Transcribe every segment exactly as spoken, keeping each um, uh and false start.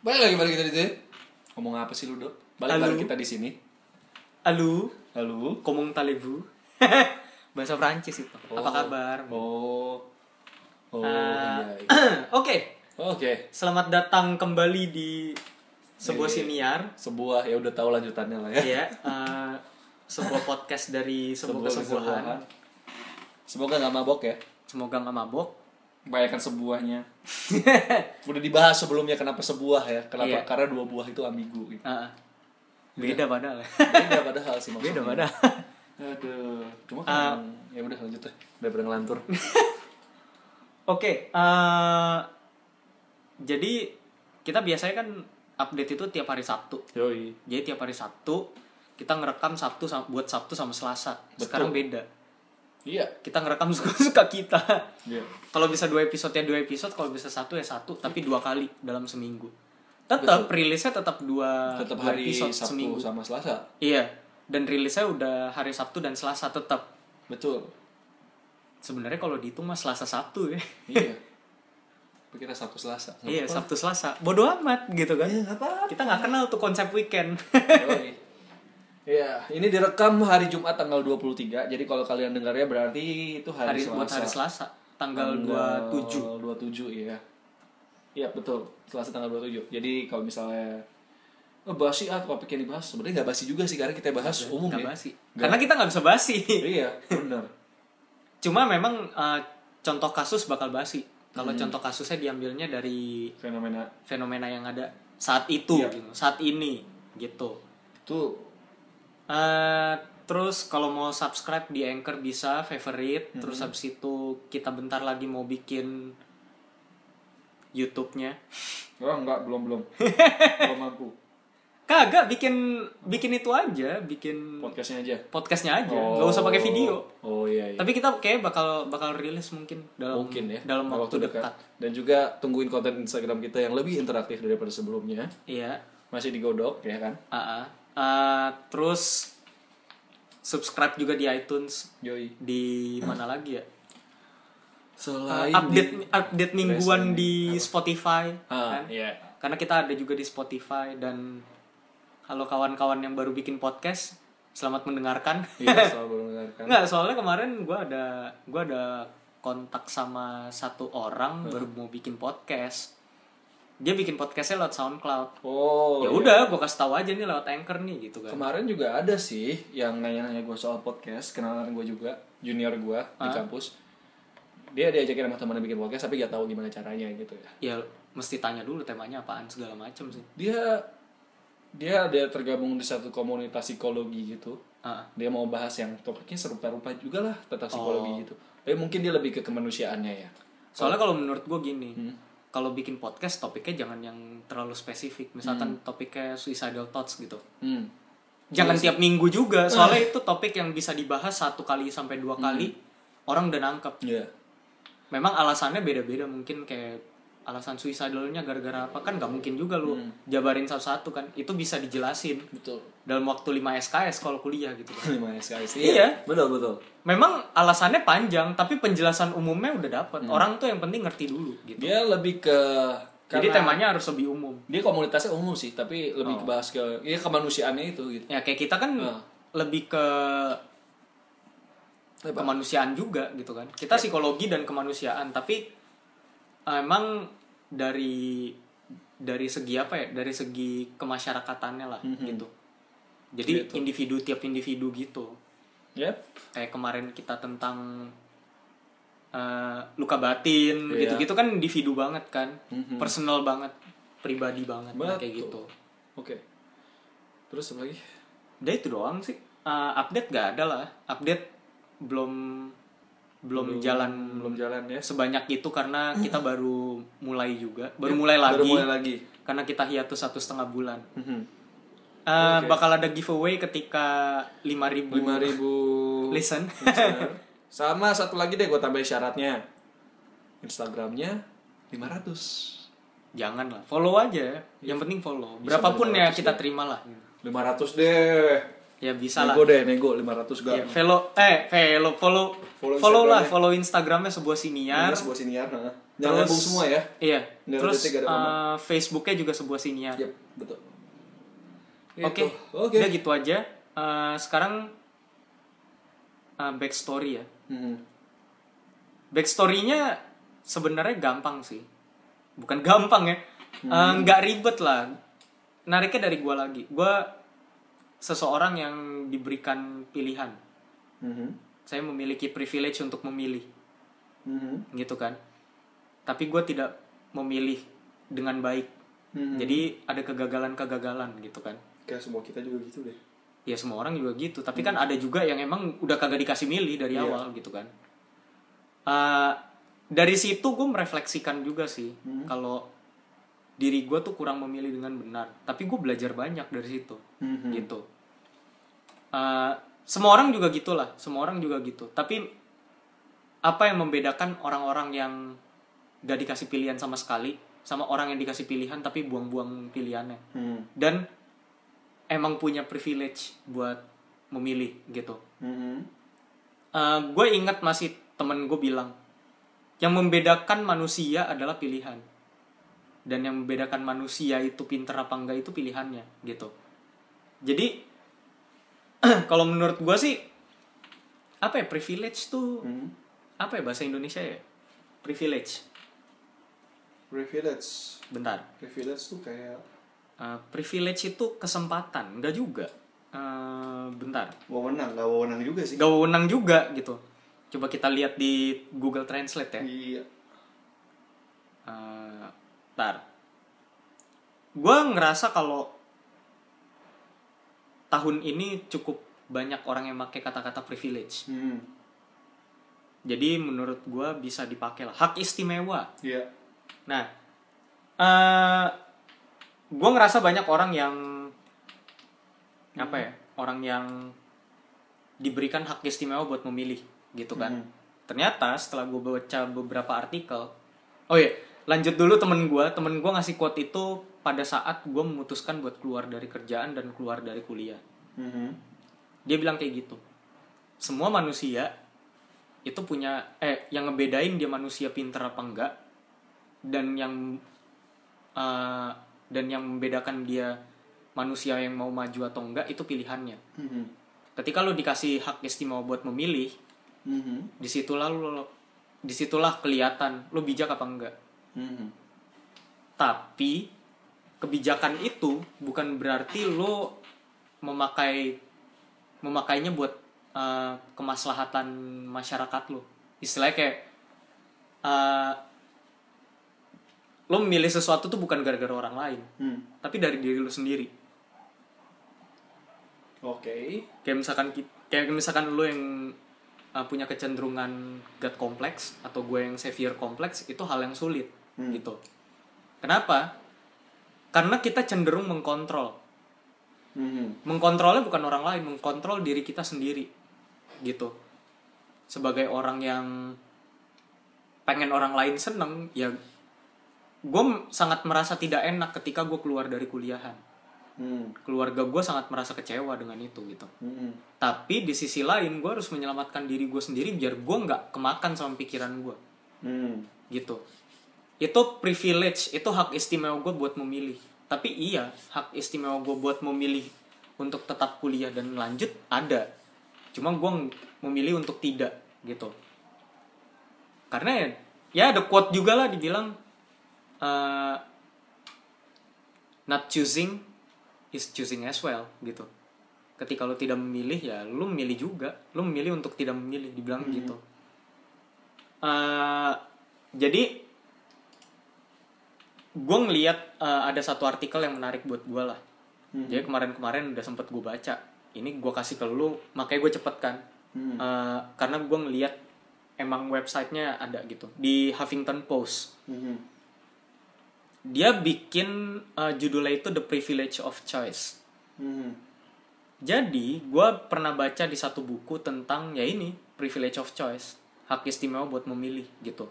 Balik lagi balik kita di sini. Ngomong apa sih lu, Dok? Balik balik kita di sini. Halo. Halo. Comment allez-vous? Bahasa Prancis itu. Oh. Apa kabar? Oh. Oh, Uh, iya. iya. Oke. Okay. Oke. Okay. Selamat datang kembali di sebuah Ini siniar. Sebuah ya udah tahu lanjutannya lah ya. Iya, uh, sebuah podcast dari sebuah, Sebuah kesebuahan. kesebuahan. Semoga nggak mabok ya. Semoga nggak mabok. Kebanyakan sebuahnya. Udah dibahas sebelumnya kenapa sebuah ya. Kenapa? Iya. Karena dua buah itu ambigu gitu. Uh, beda padahal. Beda padahal sih maksudnya. Beda padahal. Aduh. Cuma kan uh, ya udah lanjut deh. Daripada ngelantur. Oke, okay, uh, jadi kita biasanya kan update itu tiap hari Sabtu. Yoi. Jadi tiap hari Sabtu kita ngerekam Sabtu sama, buat Sabtu sama Selasa. Betul. Sekarang beda. Iya. Kita ngerekam suka-suka kita. Iya. Kalau bisa dua episode ya dua episode, kalau bisa satu ya satu, tapi dua kali dalam seminggu. Tetap rilisnya tetap dua, tetap dua hari episode Sabtu seminggu. sama Selasa. Iya. Dan rilisnya udah hari Sabtu dan Selasa tetap. Betul. Sebenarnya kalau dihitung mah Selasa Sabtu ya. Iya. Kita Sabtu Selasa. Gak iya, apa-apa. Sabtu Selasa. Bodoh amat gitu kan. Iya, gak apa-apa. Kita nggak kenal tuh konsep weekend. Iya, ini direkam hari Jumat tanggal dua puluh tiga. Jadi kalau kalian dengarnya berarti itu hari, hari Selasa. buat hari Selasa, tanggal dua puluh tujuh. dua puluh tujuh iya. Iya, betul. Selasa tanggal dua puluh tujuh. Jadi kalau misalnya oh, basi ah topik yang dibahas, sebenarnya nggak basi juga sih karena kita bahas Gak, umum gak ya. basi. Karena kita nggak bisa basi. Iya, benar. Cuma memang uh, contoh kasus bakal basi. Kalau Hmm. contoh kasusnya diambilnya dari Fenomena fenomena yang ada saat itu, Iya. gitu, saat ini, gitu. itu Uh, terus kalau mau subscribe di Anchor bisa, favorite. Hmm. Terus habis itu kita bentar lagi mau bikin YouTube-nya. oh enggak, belum belum. belum mampu. Kagak, bikin bikin itu aja, bikin Podcastnya aja. podcastnya aja, Oh. nggak usah pakai video. Oh iya iya. Tapi kita kayak bakal bakal rilis mungkin dalam Mungkin ya dalam waktu, dekat. Dan juga tungguin konten Instagram kita yang lebih interaktif daripada sebelumnya. Iya. Masih digodok ya kan? Uh, uh, terus subscribe juga di iTunes. Yoi. Di mana lagi ya? Selain Uh, update di- update mingguan Resident di apa? Spotify Ah, kan? iya. Karena kita ada juga di Spotify. Dan kalau kawan-kawan yang baru bikin podcast, selamat mendengarkan. Iya, selalu mendengarkan. Nggak, soalnya kemarin gue ada gue ada kontak sama satu orang baru mau bikin podcast. Dia bikin podcastnya lewat SoundCloud. Oh. Ya iya. udah, gue kasih tahu aja nih lewat Anchor nih gitu kan. Kemarin juga ada sih yang nanya-nanya gue soal podcast, kenalan gue juga, junior gue di Ah. kampus. Dia diajakin sama temannya bikin podcast tapi gak tahu gimana caranya gitu ya. Ya mesti tanya dulu temanya apaan segala macam sih. Dia dia ada tergabung di satu komunitas psikologi gitu. Ah. Dia mau bahas yang topiknya serupa-rupa juga lah tentang psikologi Oh. gitu. Tapi mungkin dia lebih ke kemanusiaannya ya. Soalnya kalau menurut gue gini, Hmm. kalau bikin podcast topiknya jangan yang terlalu spesifik. Misalkan topiknya suicidal thoughts gitu. Hmm. Jangan Iya tiap minggu juga. Soalnya itu topik yang bisa dibahas satu kali sampai dua kali. Orang udah nangkep. Iya. Memang alasannya beda-beda, mungkin kayak alasan suicidalnya gara-gara apa kan nggak mungkin juga lu Hmm. jabarin satu-satu kan. Itu bisa dijelasin Betul. dalam waktu lima S K S kalau kuliah gitu kan. lima S K S. Iya. Betul betul. Memang alasannya panjang tapi penjelasan umumnya udah dapet. Orang tuh yang penting ngerti dulu gitu. Dia lebih ke Jadi karena temanya harus lebih umum. dia komunitasnya umum sih, tapi lebih Oh. ke bahas ke ya kemanusiaannya itu gitu. Ya kayak kita kan Ah. lebih ke Apa? kemanusiaan juga gitu kan. Kita psikologi dan kemanusiaan, tapi eh, emang dari dari segi apa ya? Dari segi kemasyarakatannya lah Mhm. gitu. Jadi Gitu. individu tiap individu gitu. Yep. Kayak kemarin kita tentang eh, luka batin Iya. gitu-gitu kan individu banget kan. Mhm. Personal banget, pribadi banget nah, kayak Betul. gitu. Oke. Terus apa lagi? Udah itu doang sih. Eh, update gak ada lah. Update belum belum, jalan belum jalan ya. sebanyak itu karena kita baru mulai juga. Baru mulai lagi. Baru mulai lagi. Karena kita hiatus satu setengah bulan. Mhm. Eh, Oke. Bakal ada giveaway ketika lima ribu lima ribu listen. listener. Sama satu lagi deh gue tambahin syaratnya. Instagramnya lima ratus. Jangan lah, follow aja. Yang penting follow. Bisa Berapapun ya lima ratus kita deh. terima lah. lima ratus deh. Ya bisa lah. Nego deh, nego lima ratus gram. Ya, follow eh follow follow Follow follow lah, Instagramnya. follow Instagramnya sebuah siniar. Ini sebuah siniar, heeh. Jangan gabung semua ya. Iya. Nggak ada Terus detik, nggak ada koma. uh, Facebooknya juga sebuah siniar. Yep, betul. Oke. Gitu. Oke. Udah gitu aja. Uh, sekarang uh, backstory ya. Mhm. Backstory-nya sebenarnya gampang sih. Bukan gampang ya. Uh, nggak ribet lah. Nariknya dari gua lagi. Gua seseorang yang diberikan pilihan. Mhm. Saya memiliki privilege untuk memilih. Mhm. Gitu kan. Tapi gue tidak memilih dengan baik. Mhm. Jadi ada kegagalan-kegagalan gitu kan. Kayak semua kita juga gitu deh. Ya semua orang juga gitu. Tapi kan ada juga yang emang udah kagak dikasih milih dari Iya. awal gitu kan. Uh, dari situ gue merefleksikan juga sih. Hmm. Kalau diri gue tuh kurang memilih dengan benar. Tapi gue belajar banyak dari situ. Mhm. Gitu. Uh, semua orang juga gitulah. Semua orang juga gitu. Tapi apa yang membedakan orang-orang yang gak dikasih pilihan sama sekali sama orang yang dikasih pilihan tapi buang-buang pilihannya. Hmm. Dan emang punya privilege buat memilih gitu. Mhm. Uh, gue ingat masih temen gue bilang, yang membedakan manusia adalah pilihan, dan yang membedakan manusia itu pinter apa enggak itu pilihannya gitu. Jadi kalau menurut gue sih apa ya, privilege tuh Hmm. apa ya bahasa Indonesia ya, privilege. Privilege. Bentar. Privilege tuh kayak Uh, privilege itu kesempatan, enggak juga. Uh, bentar. wewenang, nggak wewenang juga sih. Gak wewenang juga gitu. Coba kita lihat di Google Translate ya. Iya. Uh, bentar. Gue ngerasa kalau tahun ini cukup banyak orang yang pakai kata-kata privilege. Hmm. Jadi menurut gue bisa dipakai lah. Hak istimewa. Iya. Nah, uh, gue ngerasa banyak orang yang apa ya, orang yang diberikan hak istimewa buat memilih gitu kan. Hmm. Ternyata setelah gue baca beberapa artikel, oh iya, lanjut dulu temen gue, temen gue ngasih quote itu pada saat gue memutuskan buat keluar dari kerjaan dan keluar dari kuliah. Mhm. Dia bilang kayak gitu, semua manusia itu punya eh yang ngebedain dia manusia pinter apa enggak, dan yang uh, dan yang membedakan dia manusia yang mau maju atau enggak itu pilihannya. Mhm. Ketika lo dikasih hak istimewa buat memilih, Mhm. disitulah lo disitulah kelihatan lo bijak apa enggak. Mhm. Tapi kebijakan itu bukan berarti lo memakai memakainya buat uh, kemaslahatan masyarakat lo. Istilahnya kayak uh, lo memilih sesuatu tuh bukan gara-gara orang lain, Hmm. tapi dari diri lo sendiri. Oke. Kayak misalkan ki- kayak misalkan lo yang uh, punya kecenderungan God kompleks atau gue yang savior kompleks, itu hal yang sulit. Hmm. Gitu. Kenapa? Karena kita cenderung mengkontrol. Mhm. Mengkontrolnya bukan orang lain, mengkontrol diri kita sendiri. Gitu. Sebagai orang yang pengen orang lain seneng, ya gue sangat merasa tidak enak ketika gue keluar dari kuliahan. Hmm. Keluarga gue sangat merasa kecewa dengan itu gitu. Mhm. Tapi di sisi lain gue harus menyelamatkan diri gue sendiri biar gue nggak kemakan sama pikiran gue. Hmm. Gitu. Itu privilege, itu hak istimewa gue buat memilih. Tapi iya, hak istimewa gue buat memilih untuk tetap kuliah dan lanjut ada. Cuma gue memilih untuk tidak gitu. Karena ya, ya ada quote juga lah dibilang uh, not choosing is choosing as well gitu. Ketika lo tidak memilih ya lo memilih juga. Lo memilih untuk tidak memilih, dibilang Hmm. gitu. Uh, jadi gue ngeliat uh, ada satu artikel yang menarik buat gue lah. Hmm. Jadi kemarin-kemarin udah sempet gue baca. Ini gue kasih ke lu, makanya gue cepet kan. Hmm. Uh, karena gue ngeliat emang websitenya ada gitu di Huffington Post. Mhm. Dia bikin uh, judulnya itu The Privilege of Choice. Mhm. Jadi gue pernah baca di satu buku tentang ya ini privilege of choice, hak istimewa buat memilih gitu.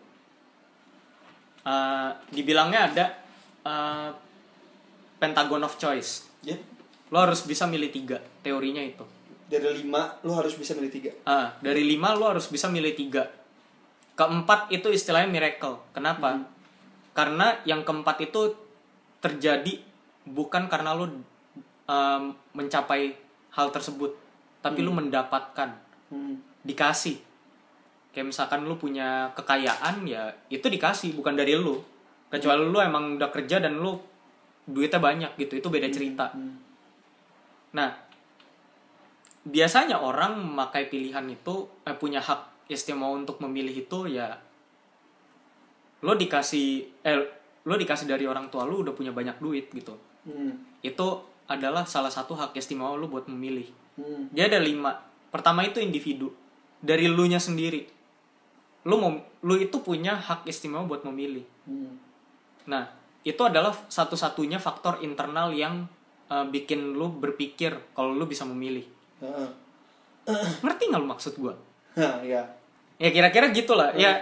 Uh, dibilangnya ada uh, pentagon of choice. Ya. Lo harus bisa milih tiga, teorinya itu. Dari lima lu harus bisa milih tiga. Ah, dari lima lu harus bisa milih tiga. Keempat itu istilahnya miracle. Kenapa? Hmm. Karena yang keempat itu terjadi bukan karena lu um, mencapai hal tersebut, tapi hmm. lu mendapatkan, hmm. dikasih. Kayak misalkan lu punya kekayaan, ya itu dikasih, bukan dari lu. Kecuali hmm. lu emang udah kerja dan lu duitnya banyak gitu, itu beda cerita. Hmm. Nah, biasanya orang memakai pilihan itu, eh, punya hak istimewa untuk memilih itu ya lo dikasih eh lo dikasih dari orang tua lo udah punya banyak duit gitu. Hmm. Itu adalah salah satu hak istimewa lo buat memilih. Hmm. Dia ada lima. Pertama itu individu, dari lu nya sendiri. Lu mau lu itu punya hak istimewa buat memilih. Hmm. Nah, itu adalah satu-satunya faktor internal yang uh, bikin lu berpikir kalau lu bisa memilih. Uh. Uh. Ngerti nggak lu maksud gue? Uh, ya. Ya kira-kira gitulah. Uh. Ya,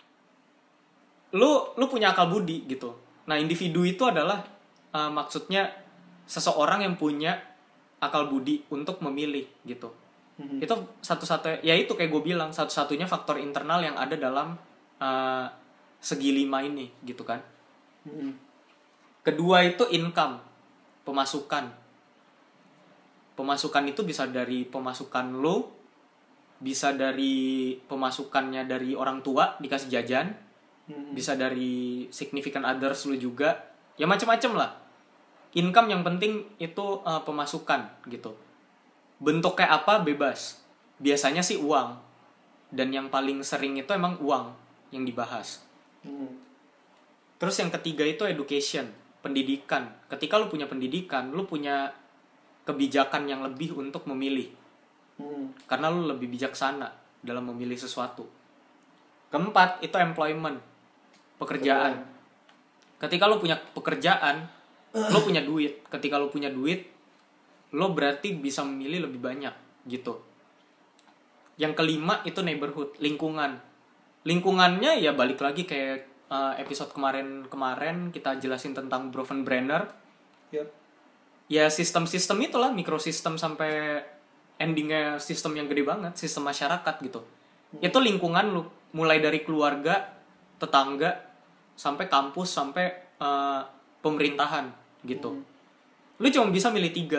lu lu punya akal budi gitu. Nah, individu itu adalah uh, maksudnya seseorang yang punya akal budi untuk memilih gitu. Uh. Itu satu-satunya, ya itu kayak gue bilang, satu-satunya faktor internal yang ada dalam uh, segi lima ini gitu kan. Uh. Kedua itu income, pemasukan. Pemasukan itu bisa dari pemasukan lo, bisa dari pemasukannya dari orang tua dikasih jajan, hmm. bisa dari significant others lo juga, ya macam-macam lah. Income yang penting itu uh, pemasukan gitu. Bentuk kayak apa bebas. Biasanya sih uang, dan yang paling sering itu emang uang yang dibahas. Hmm. Terus yang ketiga itu education, pendidikan. Ketika lo punya pendidikan, lo punya kebijakan yang lebih untuk memilih. Hmm. Karena lu lebih bijaksana dalam memilih sesuatu. Keempat, itu employment. Pekerjaan. Hmm. Ketika lu punya pekerjaan, lu punya duit. Ketika lu punya duit, lu berarti bisa memilih lebih banyak gitu. Yang kelima, itu neighborhood, lingkungan. Lingkungannya ya balik lagi kayak uh, episode kemarin-kemarin kita jelasin tentang Bronfenbrenner. Yep. Ya sistem-sistem itulah, mikrosistem sampai endingnya sistem yang gede banget, sistem masyarakat gitu. Hmm. Itu lingkungan lu, mulai dari keluarga, tetangga, sampai kampus, sampai uh, pemerintahan gitu. Hmm. Lu cuma bisa milih tiga.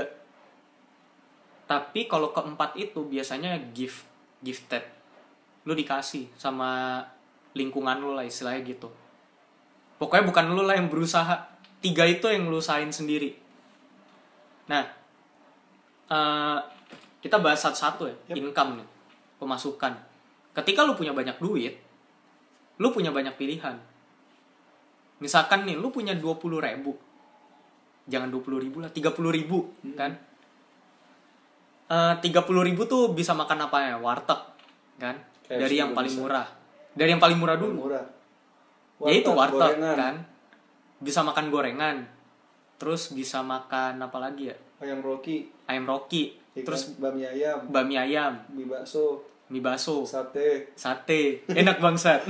Tapi kalau keempat itu biasanya gift, gifted. Lu dikasih sama lingkungan lu lah istilahnya gitu. Pokoknya bukan lu lah yang berusaha. Tiga itu yang lu usahain sendiri. Nah, uh, kita bahas satu-satu ya. Yep. Income nih, pemasukan. Ketika lu punya banyak duit, lu punya banyak pilihan. Misalkan nih, lu punya dua puluh ribu. Jangan dua puluh ribu lah, tiga puluh ribu hmm. kan. Uh, tiga puluh ribu tuh bisa makan apa ya? Warteg kan. Kayak dari yang paling bisa. murah. Dari yang paling murah dulu. Murah. Warteg, ya itu warteg kan. Bisa makan gorengan. Terus bisa makan apa lagi ya? Ayam Rocky. Ayam Rocky. Ikan, terus bami ayam. Bami ayam. Mie bakso. Mie bakso. Sate. Sate. Enak bangsat.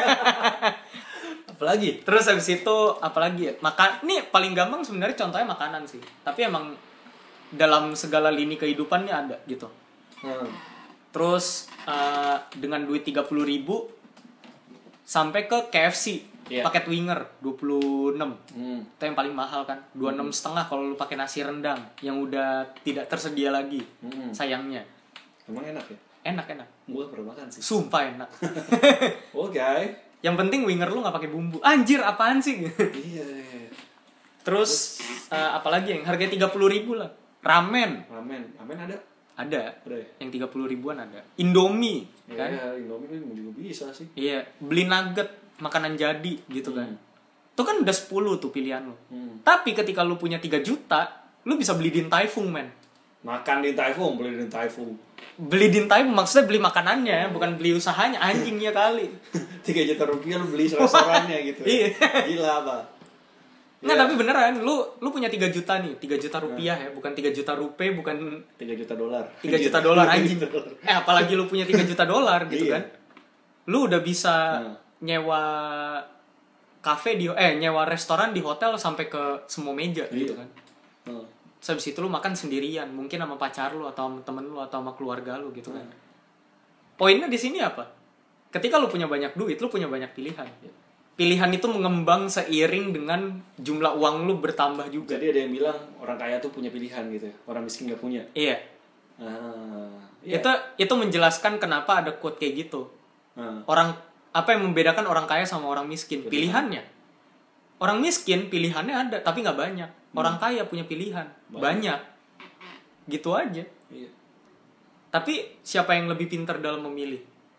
Apalagi? Terus habis itu apalagi ya? Makan. Nih paling gampang sebenarnya contohnya makanan sih. Tapi emang dalam segala lini kehidupan nih ada gitu. Hmm. Terus uh, dengan duit tiga puluh ribu sampai ke K F C. Yeah. Paket winger dua puluh enam. Hmm. Itu yang paling mahal kan. dua puluh enam setengah kalau lu pakai nasi rendang yang udah tidak tersedia lagi. Hmm. Sayangnya. Emang enak ya? Enak enak. Gua pernah makan sih. Sumpah enak. Oke. Okay. Yang penting winger lu enggak pakai bumbu. Anjir, apaan sih? Iya. Terus uh, apalagi yang harga tiga puluh ribu lah. Ramen. Ramen. Ramen ada? Ada. Ada ya? Yang tiga puluh ribuan ada. Indomie, ya, kan? Iya, Indomie kan juga bisa sih. Iya, beli nugget, makanan jadi gitu hmm. kan. Itu kan udah sepuluh tuh pilihan lu. Hmm. Tapi ketika lu punya tiga juta, lu bisa beli Din Tai Fung, men. Makan Din Tai Fung, beli Din Tai Fung. Beli Din Tai Fung maksudnya beli makanannya, oh. bukan beli usahanya. Anjingnya kali. tiga juta rupiah lu beli restorannya gitu. Iya. Gila apa? Nggak, ya. Tapi beneran, lu lu punya tiga juta nih, tiga juta rupiah ya, bukan tiga juta rupiah, bukan tiga juta dolar. tiga juta dolar anjing. Eh, apalagi lu punya tiga juta dolar gitu kan. Lu udah bisa hmm. nyewa kafe di eh nyewa restoran di hotel sampai ke semua meja iya. gitu kan. Hmm. Terus habis itu lu makan sendirian, mungkin sama pacar lu atau sama temen lu atau sama keluarga lu gitu kan. Hmm. Poinnya di sini apa? Ketika lu punya banyak duit, lu punya banyak pilihan. Pilihan itu mengembang seiring dengan jumlah uang lu bertambah juga. Jadi ada yang bilang orang kaya tuh punya pilihan gitu ya, orang miskin nggak punya. Iya. Ah, iya. Itu itu menjelaskan kenapa ada quote kayak gitu. Ah. Orang apa yang membedakan orang kaya sama orang miskin? Pilihannya. Orang miskin pilihannya ada tapi nggak banyak. Orang kaya punya pilihan banyak. banyak. Gitu aja. Iya. Tapi siapa yang lebih pintar dalam memilih?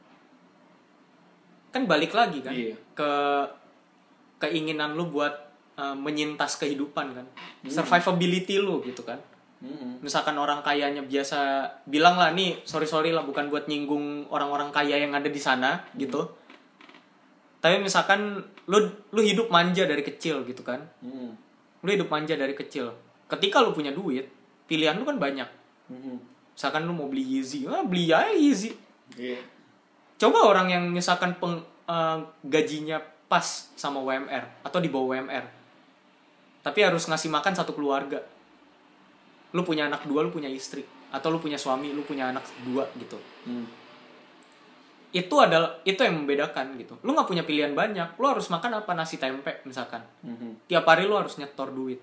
Kan balik lagi kan iya. ke keinginan lu buat uh, menyintas kehidupan kan. Hmm. Survivability lu gitu kan. Hmm. Misalkan orang kayanya biasa bilang lah nih, sorry-sorry lah bukan buat nyinggung orang-orang kaya yang ada di sana hmm. gitu. Tapi misalkan lu lu hidup manja dari kecil gitu kan. Hmm. Lu hidup manja dari kecil. Ketika lu punya duit, pilihan lu kan banyak. Hmm. Misalkan lu mau beli Yeezy, ah beli aja Yeezy. Yeah. Coba orang yang misalkan peng, uh, gajinya pas sama U M R atau di bawah U M R, tapi harus ngasih makan satu keluarga. Lu punya anak dua, lu punya istri, atau lu punya suami, lu punya anak dua gitu. Hmm. Itu adalah itu yang membedakan gitu. Lu nggak punya pilihan banyak, lu harus makan apa, nasi tempe misalkan. Hmm. Tiap hari lu harus nyetor duit.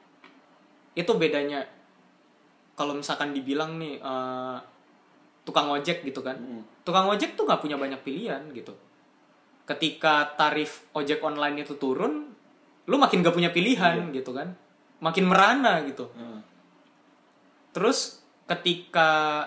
Itu bedanya. Kalau misalkan dibilang nih. Uh, tukang ojek gitu kan. Hmm. Tukang ojek tuh gak punya banyak pilihan gitu. Ketika tarif ojek online itu turun, lu makin gak punya pilihan iya. gitu kan. Makin merana gitu. Hmm. Terus ketika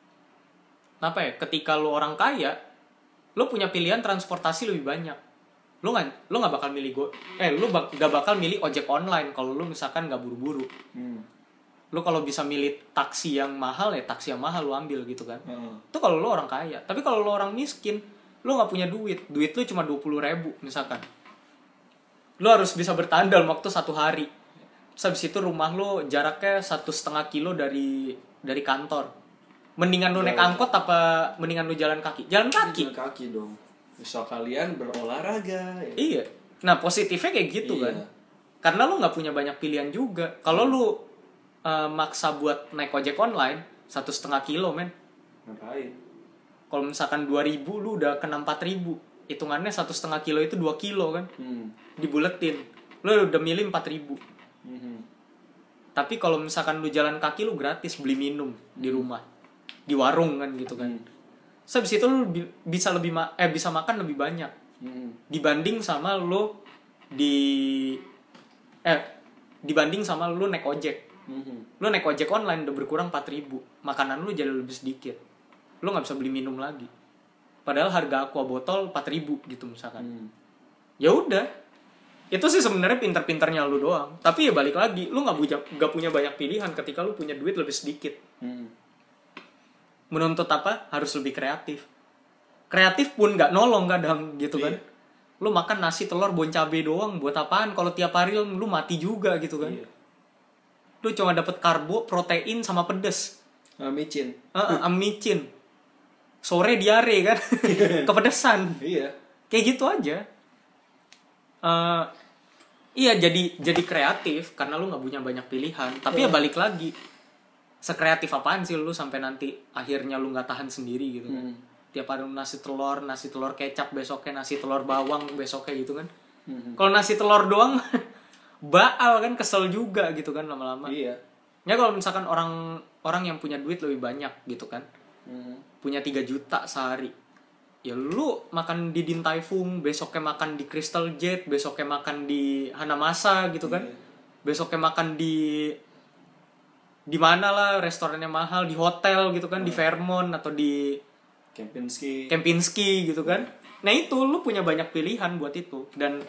apa ya? Ketika lu orang kaya, lu punya pilihan transportasi lebih banyak. Lu gak, lu gak bakal milih go, eh lu bak, gak bakal milih ojek online kalau lu misalkan gak buru-buru. Hmm. Lu kalau bisa milih taksi yang mahal ya taksi yang mahal lu ambil gitu kan. Hmm. Itu kalau lu orang kaya. Tapi kalau lu orang miskin, lu nggak punya duit. Duit lu cuma dua puluh ribu misalkan. Lu harus bisa bertahan dalam waktu satu hari. Terus habis itu rumah lu jaraknya satu setengah kilo dari dari kantor. Mendingan lu naik angkot apa mendingan lu jalan kaki? Jalan kaki. Jalan kaki dong. Misal kalian berolahraga. Ya. Iya. Nah positifnya kayak gitu iya. kan. Karena lu nggak punya banyak pilihan juga. Kalau lu Uh, maksa buat naik ojek online satu setengah kilo men. Ngapain? Kalau misalkan dua ribu lu udah kena empat ribu. Hitungannya satu setengah kilo itu dua kilo kan. Hmm. Dibuletin. Lu udah milih empat ribu. Hmm. Tapi kalau misalkan lu jalan kaki lu gratis beli minum hmm. di rumah. Di warung kan gitu kan. Hmm. So, habis itu lu bi- bisa lebih ma- eh bisa makan lebih banyak. Hmm. Dibanding sama lu di eh dibanding sama lu naik ojek. Mm-hmm. Lu naik ojek online udah berkurang empat ribu. Makanan lu jadi lebih sedikit. Lu gak bisa beli minum lagi. Padahal harga aqua botol empat ribu gitu misalkan. Mm. Ya udah. Itu sih sebenarnya pintar-pintarnya lu doang. Tapi ya balik lagi, lu gak punya, gak punya banyak pilihan ketika lu punya duit lebih sedikit. Mm. Menuntut apa? Harus lebih kreatif. Kreatif pun gak nolong kadang gitu kan. Yeah. Lu makan nasi telur bon cabe doang buat apaan? Kalau tiap hari lu mati juga gitu kan. Yeah. Lu cuma dapet karbo, protein sama pedes. Uh, micin. Uh, uh, micin. Sore diare kan. Kepedesan. Iya. Kayak gitu aja. Uh, iya jadi jadi kreatif karena lu nggak punya banyak pilihan. Tapi yeah. ya balik lagi. Sekreatif apaan sih lu sampai nanti akhirnya lu nggak tahan sendiri gitu kan. Hmm. Tiap hari nasi telur, nasi telur kecap, besoknya nasi telur bawang, besoknya gitu kan. Hmm. Kalau nasi telur doang baal kan, kesel juga gitu kan lama-lama. Iya. Ya kalau misalkan orang orang yang punya duit lebih banyak gitu kan. Hmm. Punya tiga juta sehari. Ya lu makan di Din Tai Fung, besoknya makan di Crystal Jet, besoknya makan di Hanamasa gitu kan. Iya. Besoknya makan di di mana lah restorannya mahal, di hotel gitu kan, oh. di Fairmont atau di Kempinski. Kempinski gitu kan. Nah itu lu punya banyak pilihan buat itu. Dan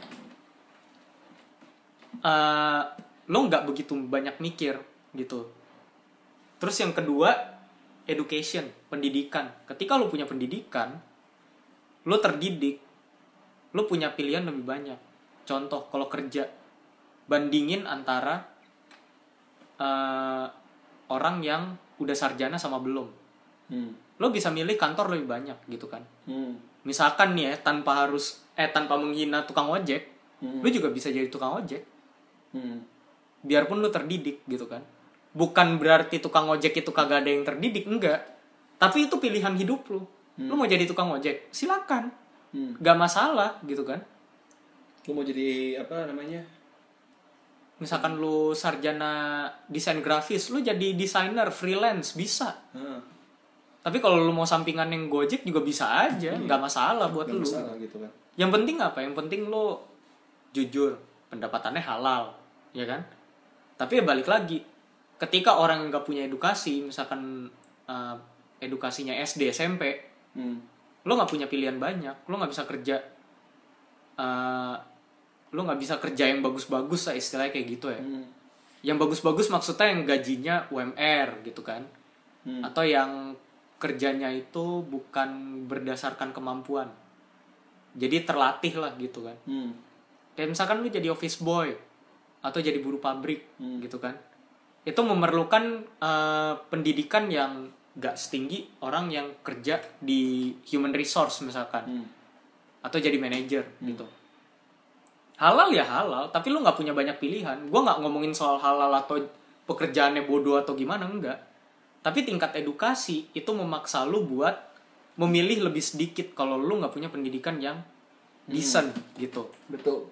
Uh, lo nggak begitu banyak mikir gitu. Terus yang kedua, education, pendidikan. Ketika lo punya pendidikan, lo terdidik, lo punya pilihan lebih banyak. Contoh, kalau kerja, bandingin antara uh, orang yang udah sarjana sama belum. Hmm. Lo bisa milih kantor lebih banyak gitu kan. Hmm. Misalkan nih ya, tanpa harus eh tanpa menghina tukang ojek, hmm. lo juga bisa jadi tukang ojek. Hmm. Biarpun lu terdidik gitu kan. bukan berarti tukang ojek itu kagak ada yang terdidik, enggak. Tapi itu pilihan hidup lu. Hmm. Lu mau jadi tukang ojek, silakan. Hmm. Gak masalah gitu kan. Lu mau jadi apa namanya? Misalkan lu sarjana desain grafis, lu jadi desainer freelance bisa. Hmm. Tapi kalau lu mau sampingan yang Gojek juga bisa aja, iya. Gak masalah buat gak lu. Masalah gitu kan. Yang penting apa? Yang penting lu jujur, pendapatannya halal, ya kan? Tapi ya balik lagi, ketika orang yang gak punya edukasi, misalkan uh, edukasinya S D, S M P, hmm. lo gak punya pilihan banyak, lo gak bisa kerja, uh, lo gak bisa kerja yang bagus-bagus lah istilahnya kayak gitu ya. Hmm. Yang bagus-bagus maksudnya yang gajinya U M R gitu kan, hmm. atau yang kerjanya itu bukan berdasarkan kemampuan, jadi terlatih lah gitu kan. Hmm. Kayak misalkan lo jadi office boy atau jadi buruh pabrik hmm. gitu kan, itu memerlukan uh, pendidikan yang gak setinggi orang yang kerja di human resource misalkan, hmm. atau jadi manajer hmm. gitu. Halal ya halal, tapi lu gak punya banyak pilihan. Gue gak ngomongin soal halal atau pekerjaannya bodoh atau gimana, enggak. Tapi tingkat edukasi itu memaksa lu buat memilih lebih sedikit kalau lu gak punya pendidikan yang decent hmm. gitu. Betul.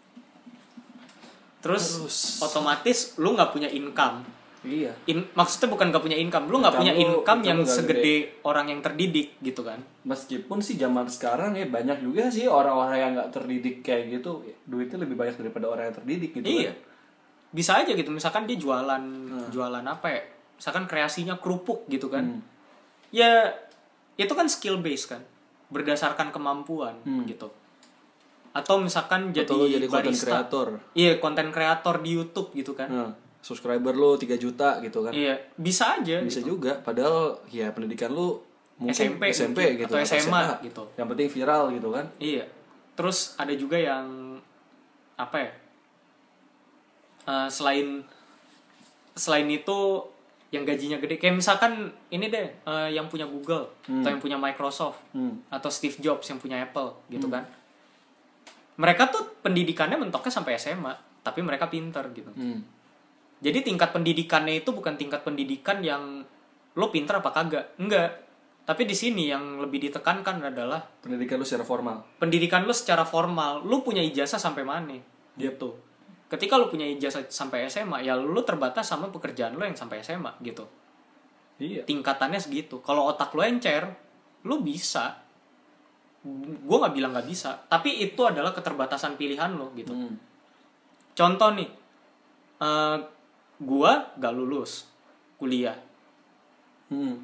Terus Harus. Otomatis lu gak punya income. Iya. In, maksudnya bukan gak punya income, lu nggak punya income, income yang segede gede. Orang yang terdidik gitu kan. Meskipun sih zaman sekarang ya banyak juga sih orang-orang yang nggak terdidik kayak gitu, duitnya lebih banyak daripada orang yang terdidik gitu. Iya. Kan? Bisa aja gitu, misalkan dia jualan hmm. jualan apa ya? Misalkan kreasinya kerupuk gitu kan. Hmm. Ya itu kan skill base kan, berdasarkan kemampuan hmm. gitu. Atau misalkan Atau jadi, jadi content creator. Iya, konten kreator di YouTube gitu kan. Hmm. Subscriber lu tiga juta gitu kan. Iya, bisa aja. Bisa gitu. juga, padahal ya pendidikan lu mungkin S M P, S M P mungkin, gitu atau S M A gitu. Yang penting viral gitu kan. Iya. Terus ada juga yang apa ya? Uh, selain selain itu yang gajinya gede, kayak misalkan ini deh, uh, yang punya Google hmm. atau yang punya Microsoft hmm. atau Steve Jobs yang punya Apple gitu hmm. kan. Mereka tuh pendidikannya mentoknya sampai S M A, tapi mereka pintar gitu. Hmm. Jadi tingkat pendidikannya itu bukan tingkat pendidikan yang lo pintar apa kagak, enggak. Tapi di sini yang lebih ditekankan adalah pendidikan lo secara formal. Pendidikan lo secara formal, lo punya ijazah sampai mana, gitu. Ketika lo punya ijazah sampai S M A, ya lo terbatas sama pekerjaan lo yang sampai S M A, gitu. Iya. Tingkatannya segitu. Kalau otak lo encer, lo bisa. Gue nggak bilang nggak bisa, tapi itu adalah keterbatasan pilihan lo, gitu. Hmm. Contoh nih. Uh, gua gak lulus kuliah, hmm.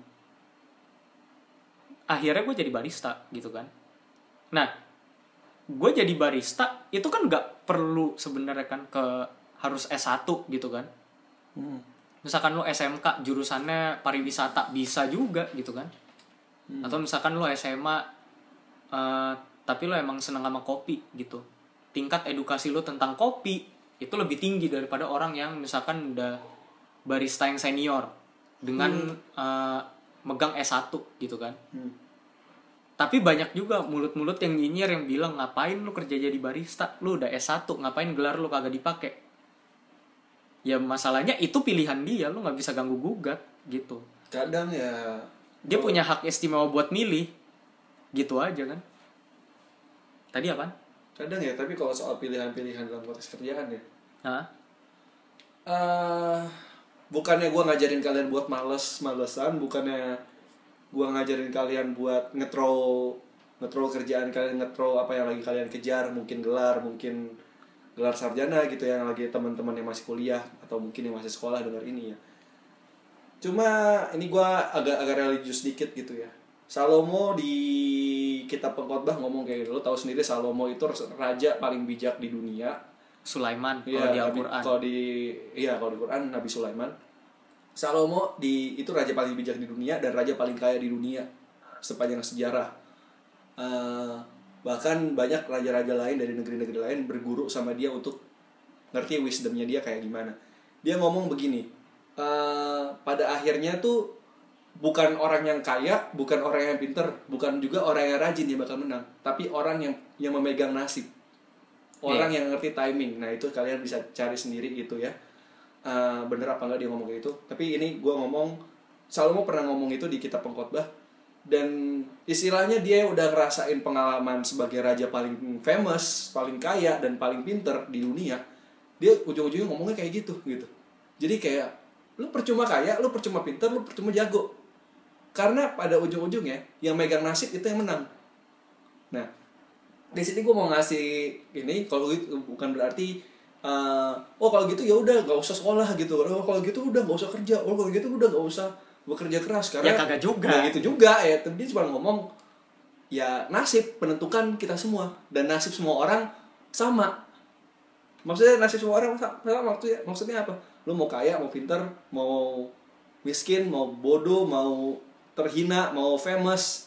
akhirnya gue jadi barista gitu kan. Nah, gue jadi barista itu kan gak perlu sebenarnya kan ke harus S satu gitu kan. hmm. Misalkan lo S M K jurusannya pariwisata bisa juga gitu kan. hmm. Atau misalkan lo S M A uh, tapi lo emang seneng sama kopi gitu, tingkat edukasi lo tentang kopi itu lebih tinggi daripada orang yang misalkan udah barista yang senior dengan hmm. uh, megang S satu gitu kan. Hmm. Tapi banyak juga mulut-mulut yang nyinyir yang bilang, ngapain lu kerja jadi barista? Lu udah S satu, ngapain gelar lu kagak dipakai? Ya masalahnya itu pilihan dia, lu nggak bisa ganggu gugat gitu. Kadang ya dia oh. punya hak istimewa buat milih, gitu aja kan. Tadi apaan? Kadang ya, tapi kalau soal pilihan-pilihan dalam konteks kerjaan ya. Hah? Uh, bukannya gue ngajarin kalian buat males-malesan, bukannya gue ngajarin kalian buat nge-throw nge-throw kerjaan kalian, nge-throw apa yang lagi kalian kejar, mungkin gelar, mungkin gelar sarjana gitu yang lagi teman-teman yang masih kuliah atau mungkin yang masih sekolah dengar ini ya. Cuma ini gue agak-agak religius dikit gitu ya. Salomo di kitab Pengkhotbah ngomong kayak gitu. Lo tahu sendiri Salomo itu raja paling bijak di dunia. Sulaiman ya, kalau di Al-Qur'an. Kalau di iya kalau di Quran Nabi Sulaiman. Salomo di itu raja paling bijak di dunia dan raja paling kaya di dunia sepanjang sejarah. Uh, bahkan banyak raja-raja lain dari negeri-negeri lain berguru sama dia untuk ngerti wisdomnya dia kayak gimana. Dia ngomong begini, uh, pada akhirnya tuh bukan orang yang kaya, bukan orang yang pinter, bukan juga orang yang rajin yang bakal menang, tapi orang yang yang memegang nasib. Orang yeah. yang ngerti timing. Nah, itu kalian bisa cari sendiri gitu ya. uh, bener apa enggak dia ngomong kayak gitu. Tapi ini gue ngomong, Salomo pernah ngomong itu di kitab Pengkhotbah. Dan istilahnya dia udah ngerasain pengalaman sebagai raja paling famous, paling kaya, dan paling pinter di dunia. Dia ujung-ujungnya ngomongnya kayak gitu gitu. Jadi kayak, lu percuma kaya, lu percuma pinter, lu percuma jago. Karena pada ujung-ujungnya, yang megang nasib itu yang menang. Nah, di sini gue mau ngasih ini, kalau gitu bukan berarti uh, oh kalau gitu ya udah nggak usah sekolah gitu, oh kalau gitu udah nggak usah kerja, oh kalau gitu udah nggak usah bekerja keras, karena ya kagak juga ya gitu juga ya. Tapi dia cuma ngomong ya nasib menentukan kita semua, dan nasib semua orang sama. Maksudnya nasib semua orang sama, maksudnya maksudnya apa? Lu mau kaya, mau pinter, mau miskin, mau bodoh, mau terhina, mau famous,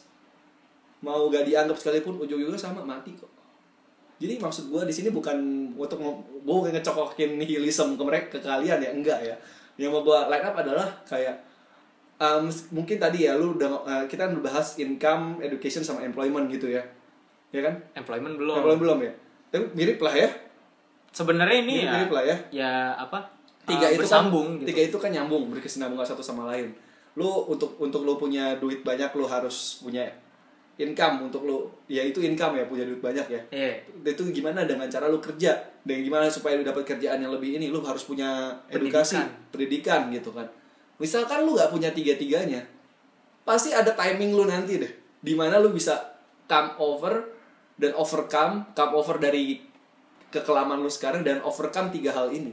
mau gak dianggap sekalipun, ujung-ujungnya sama, mati kok. Jadi maksud gue di sini bukan untuk gue bukan ngecokokin nihilism ke mereka, ke kalian ya, enggak ya. Yang mau gue line up adalah kayak um, mungkin tadi ya lu udah uh, kita udah bahas income, education sama employment gitu ya, ya kan? Employment belum. Employment belum ya. Tapi mirip lah ya. Sebenarnya ini mirip, ya. Mirip lah ya. Ya apa? Tiga uh, itu bersambung. Kan, gitu. Tiga itu kan nyambung, berkesinambungan satu sama lain. Lu untuk untuk lu punya duit banyak, lu harus punya income untuk lu, ya itu income ya, punya duit banyak ya. Yeah. Itu gimana dengan cara lu kerja, dan gimana supaya lu dapat kerjaan yang lebih ini, lu harus punya edukasi, pendidikan, pendidikan gitu kan. Misalkan lu nggak punya tiga-tiganya, pasti ada timing lu nanti deh, dimana lu bisa come over dan overcome, come over dari kekelaman lu sekarang dan overcome tiga hal ini.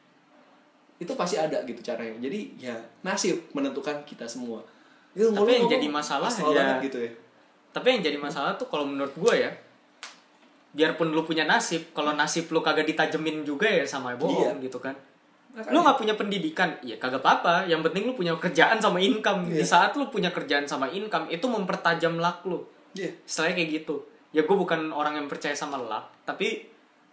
Itu pasti ada gitu caranya. Jadi ya nasib menentukan kita semua. Itu tapi yang jadi masalah ya gitu ya. Tapi yang jadi masalah tuh kalau menurut gue ya, biarpun lu punya nasib, kalau nasib lu kagak ditajemin juga ya sama bohong iya. gitu kan. Makanya. Lu nggak punya pendidikan, ya kagak apa-apa. Yang penting lu punya kerjaan sama income. Iya. Di saat lu punya kerjaan sama income, itu mempertajam luck lu. Iya. Istilahnya kayak gitu. Ya gue bukan orang yang percaya sama luck, tapi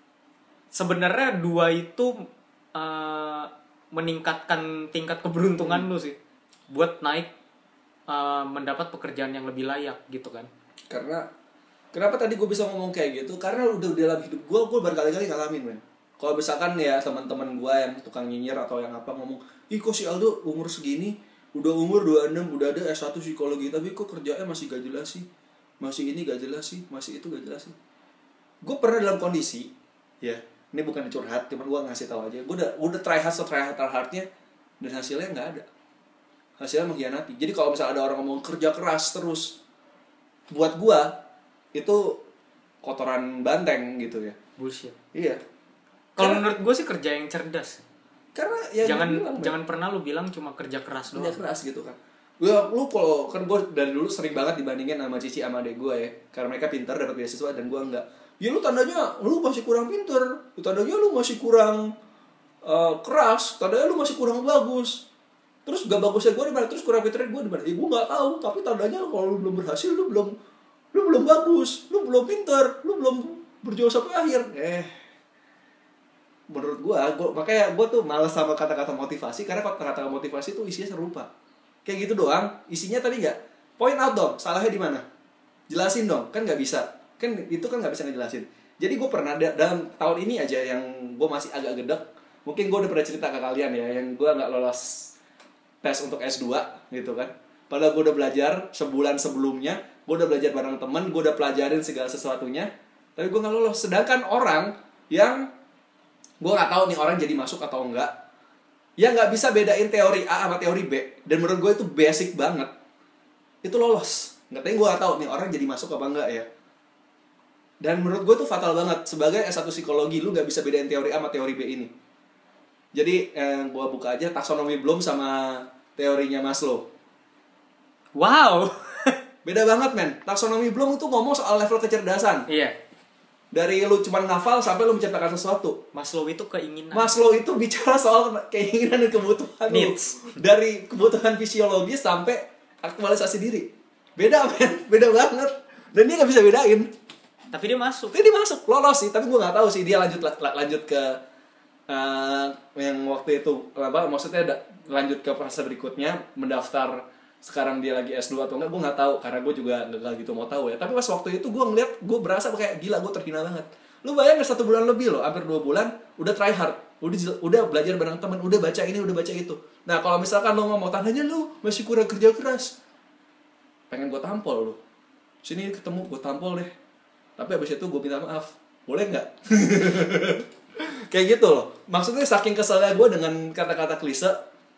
sebenarnya dua itu uh, meningkatkan tingkat keberuntungan hmm. lu sih, buat naik. Uh, mendapat pekerjaan yang lebih layak gitu kan. Karena kenapa tadi gue bisa ngomong kayak gitu, karena udah dalam hidup gue gue berkali-kali ngalamin men. Kalau misalkan ya teman-teman gue yang tukang nyinyir atau yang apa ngomong, ih kok si Aldo umur segini udah umur dua puluh enam udah ada S satu psikologi tapi kok kerjanya masih gak jelas sih, masih ini gak jelas sih, masih itu gak jelas sih. Gue pernah dalam kondisi ya, ini bukan curhat, cuman gue ngasih tahu aja, gue udah udah try hard try hard hardnya dan hasilnya nggak ada. Hasilnya mengkhianati. Jadi kalau misalnya ada orang ngomong kerja keras terus, buat gua itu kotoran banteng gitu ya. Bullshit. Iya. Kalau menurut gua sih kerja yang cerdas. Karena ya jangan bilang, jangan pernah lu bilang cuma kerja keras doang. Kerja keras gitu kan. Gua lu kalau kan gua dari dulu sering banget dibandingin sama Cici sama adek gua ya. Karena mereka pintar dapat beasiswa dan gua enggak. Ya lu tandanya lu masih kurang pintar. Tandanya lu masih kurang uh, keras. Tandanya lu masih kurang bagus. Terus gak bagusnya gue di mana, terus kurang pinternya gue di mana? Ya gue nggak tahu, tapi tandanya kalau lu belum berhasil, lu belum, lu belum bagus, lu belum pinter, lu belum berjuang sampai akhir. Eh, menurut gue, gue makanya gue tuh malas sama kata-kata motivasi, karena kata-kata motivasi tuh isinya serupa, kayak gitu doang. Isinya tadi nggak, point out dong, salahnya di mana? Jelasin dong, kan nggak bisa, kan itu kan nggak bisa ngejelasin. Jadi gue pernah dalam tahun ini aja yang gue masih agak gedek, mungkin gue udah pernah cerita ke kalian ya, yang gue nggak lolos tes untuk S dua gitu kan. Padahal gue udah belajar sebulan sebelumnya, gue udah belajar bareng temen, gue udah pelajarin segala sesuatunya, tapi gue gak lolos. Sedangkan orang yang gue gak tahu nih orang jadi masuk atau enggak, yang gak bisa bedain teori A sama teori B, dan menurut gue itu basic banget, itu lolos. Nggak tahu, gue gak tahu nih orang jadi masuk apa enggak ya. Dan menurut gue itu fatal banget. Sebagai S satu psikologi, lu gak bisa bedain teori A sama teori B ini. Jadi eh, gue buka aja taksonomi Bloom sama teorinya Maslow. Wow. Beda banget men. Taksonomi Bloom itu ngomong soal level kecerdasan. Iya. Dari lu cuma ngafal sampai lu menciptakan sesuatu. Maslow itu keinginan. Maslow itu bicara soal keinginan dan kebutuhan needs. Lu. Dari kebutuhan fisiologis sampai aktualisasi diri. Beda men, beda banget. Dan dia gak bisa bedain. Tapi dia masuk. Tapi dia masuk, lolos sih. Tapi gue gak tahu sih dia lanjut lanjut ke Uh, yang waktu itu apa maksudnya da, lanjut ke fase berikutnya mendaftar sekarang dia lagi S dua atau enggak gue nggak tahu karena gue juga nggak gitu mau tahu ya. Tapi pas waktu itu gue ngeliat gue berasa kayak gila, gue terhina banget. Lu bayangin satu bulan lebih loh, hampir dua bulan udah try hard udah udah belajar bareng teman, udah baca ini, udah baca itu. Nah kalau misalkan lo ngomong tandanya lu masih kurang kerja keras, pengen gue tampol lo, sini ketemu gue tampol deh, tapi abis itu gue minta maaf, boleh nggak? Kayak gitu loh. Maksudnya saking keselnya gue dengan kata-kata klise,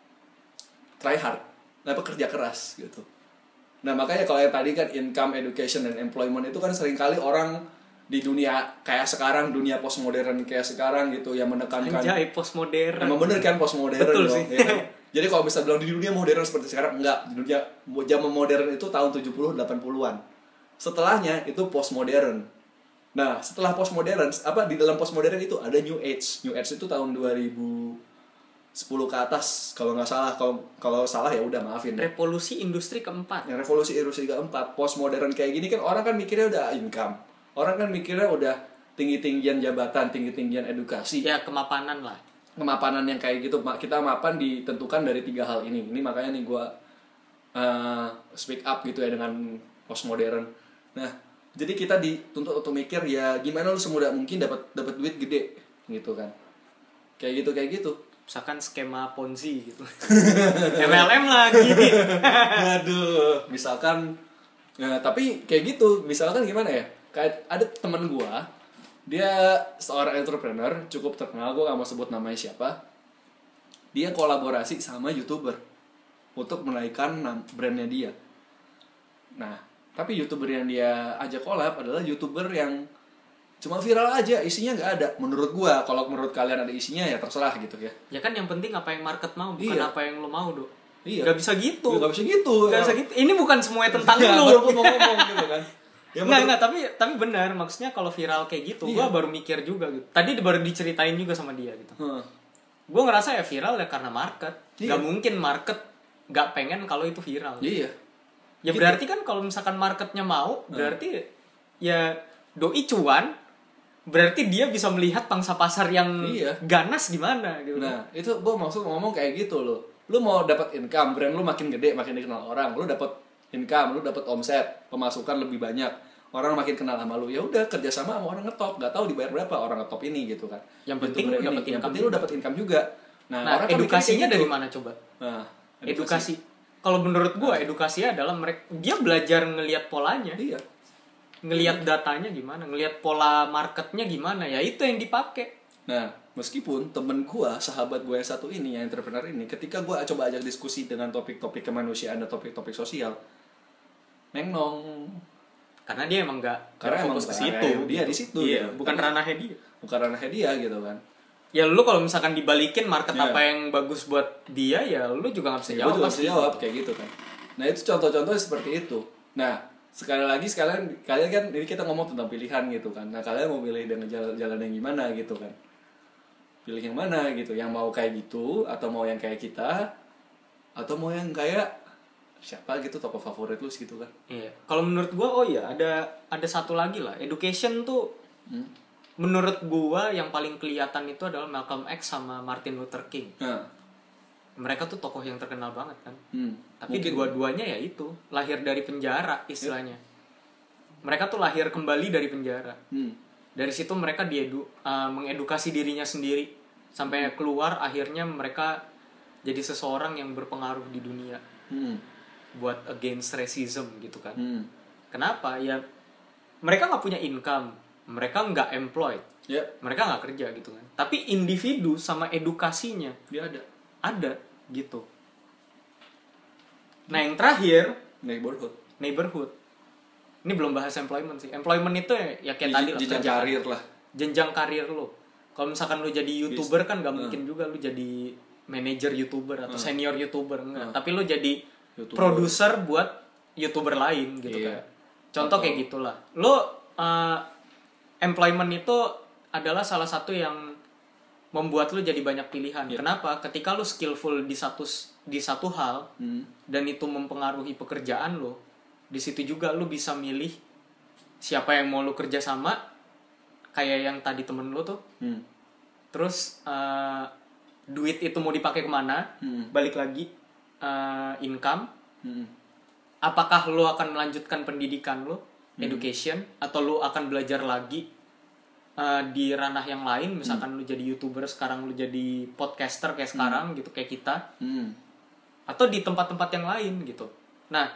try hard, apa kerja keras gitu. Nah makanya kalau yang tadi kan income, education, dan employment itu kan seringkali orang di dunia kayak sekarang, dunia postmodern kayak sekarang gitu yang menekankan. Anjay, postmodern. Emang bener kan postmodern. Betul dong, sih. ya kan? Jadi kalau bisa bilang di dunia modern seperti sekarang, enggak. Di dunia zaman modern itu tahun tujuh puluh delapan puluhan. Setelahnya itu postmodern. Nah setelah postmodern, apa di dalam postmodern itu ada new age. New age itu tahun dua ribu sepuluh ke atas kalau nggak salah. Kalau kalau salah ya udah maafin. Revolusi industri keempat. Yang revolusi industri keempat, postmodern kayak gini kan orang kan mikirnya udah income. Orang kan mikirnya udah tinggi-tinggian jabatan, tinggi-tinggian edukasi. Ya kemapanan lah. Kemapanan yang kayak gitu. Kita mapan ditentukan dari tiga hal ini. Ini makanya nih gue uh, speak up gitu ya dengan postmodern. Nah, jadi kita dituntut untuk mikir ya gimana lu semudah mungkin dapat dapat duit gede gitu kan. Kayak gitu kayak gitu. Misalkan skema Ponzi gitu. M L M lagi. Aduh, misalkan nah, tapi kayak gitu, misalkan gimana ya? Kayak ada teman gua, dia seorang entrepreneur, cukup terkenal, gua gak mau sebut namanya siapa. Dia kolaborasi sama YouTuber untuk menaikkan brandnya dia. Nah, tapi YouTuber yang dia ajak collab adalah YouTuber yang cuma viral aja, isinya nggak ada. Menurut gua, kalau menurut kalian ada isinya ya terserah gitu ya. Ya kan yang penting apa yang market mau, bukan Iya. apa yang lo mau, Do. Iya. Gak bisa gitu. Gak bisa gitu. Gak bisa gitu. Ini bukan semuanya tentang Ya, lo. baru gua mau ngomong gitu kan. Ya, Nggak, nggak, tapi tapi benar, maksudnya kalau viral kayak gitu, Iya. gua baru mikir juga gitu. Tadi baru diceritain juga sama dia gitu. Hmm. Gua ngerasa ya viral ya karena market. Iya. Gak mungkin market gak pengen kalau itu viral. Iya. Ya Gitu. berarti kan kalau misalkan marketnya mau, berarti ya doi cuan, berarti dia bisa melihat pangsa pasar yang Iya. ganas gimana gitu. Nah, itu gue maksud ngomong kayak gitu loh. Lu mau dapat income, brand lu makin gede, makin dikenal orang. Lu dapat income, lu dapat omset, pemasukan lebih banyak. Orang makin kenal sama lu. Ya udah kerja sama sama orang ngetop, nggak tahu dibayar berapa orang ngetop ini gitu kan. Yang penting YouTuber lu dapat ini. Yang income penting lu juga. dapat income juga. Nah, Nah, orang kan mikirnya edukasinya kayak dari gitu. mana coba? Nah, Edukasi. Kalau menurut gua edukasinya adalah mereka dia belajar ngelihat polanya. Iya. Ngelihat datanya gimana, ngelihat pola marketnya gimana, ya itu yang dipakai. Nah, meskipun temen gua, sahabat gua yang satu ini, yang entrepreneur ini, ketika gua coba ajak diskusi dengan topik-topik kemanusiaan dan topik-topik sosial, nengnong. Karena dia emang nggak Karena nggak emang fokus ke bukan situ. area dia di situ, Iya, gitu. bukan Karena- ranahnya dia. Bukan ranahnya dia gitu kan. Ya lu kalau misalkan dibalikin market Iya. apa yang bagus buat dia, ya lu juga nggak bisa Ya, jawab. gua juga pasti. bisa jawab kayak gitu kan. Nah, itu contoh-contoh seperti itu. Nah, sekali lagi sekalian kalian kan ini kita ngomong tentang pilihan gitu kan. Nah, kalian mau pilih dengan jalan, jalan yang gimana gitu kan. Pilih yang mana gitu, yang mau kayak gitu atau mau yang kayak kita atau mau yang kayak siapa gitu tokoh favorit lu gitu kan. Iya. Kalau menurut gua, oh iya ada ada satu lagi lah. Education tuh Hmm. menurut gua yang paling kelihatan itu adalah Malcolm X sama Martin Luther King. Nah, Mereka tuh tokoh yang terkenal banget kan. hmm. Tapi Mungkin- dua-duanya ya itu lahir dari penjara istilahnya. Mereka tuh lahir kembali dari penjara. Hmm. Dari situ mereka diedu uh, mengedukasi dirinya sendiri sampai keluar, akhirnya mereka jadi seseorang yang berpengaruh di dunia Hmm. buat against racism gitu kan. Hmm. Kenapa? Ya mereka nggak punya income, mereka nggak employed, Ya, mereka nggak kerja gitu kan. Tapi individu sama edukasinya dia ada ada gitu. Nah yang terakhir neighborhood. neighborhood. Ini belum bahas employment sih. Employment itu ya, ya kayak tadi lah. Jenjang kerjaan. karir lah. Jenjang karir lo. Kalau misalkan lo jadi YouTuber kan gak Hmm. mungkin juga lo jadi manajer YouTuber atau Hmm. senior YouTuber enggak. Hmm. Tapi lo jadi YouTuber. produser buat YouTuber lain gitu Iya. kan. Contoh Atau- kayak gitulah. Lo uh, employment itu adalah salah satu yang membuat lo jadi banyak pilihan. Iya. Kenapa? Ketika lo skillful di satu di satu hal Hmm. dan itu mempengaruhi pekerjaan lo, di situ juga lo bisa milih siapa yang mau lo kerja sama, kayak yang tadi temen lo tuh. Hmm. Terus uh, duit itu mau dipakai kemana? Hmm. Balik lagi uh, income. Hmm. Apakah lo akan melanjutkan pendidikan lo, Hmm. education, atau lo akan belajar lagi uh, di ranah yang lain, misalkan hmm. lu jadi YouTuber, sekarang lu jadi podcaster kayak sekarang hmm. gitu, kayak kita. Hmm. Atau di tempat-tempat yang lain gitu. Nah,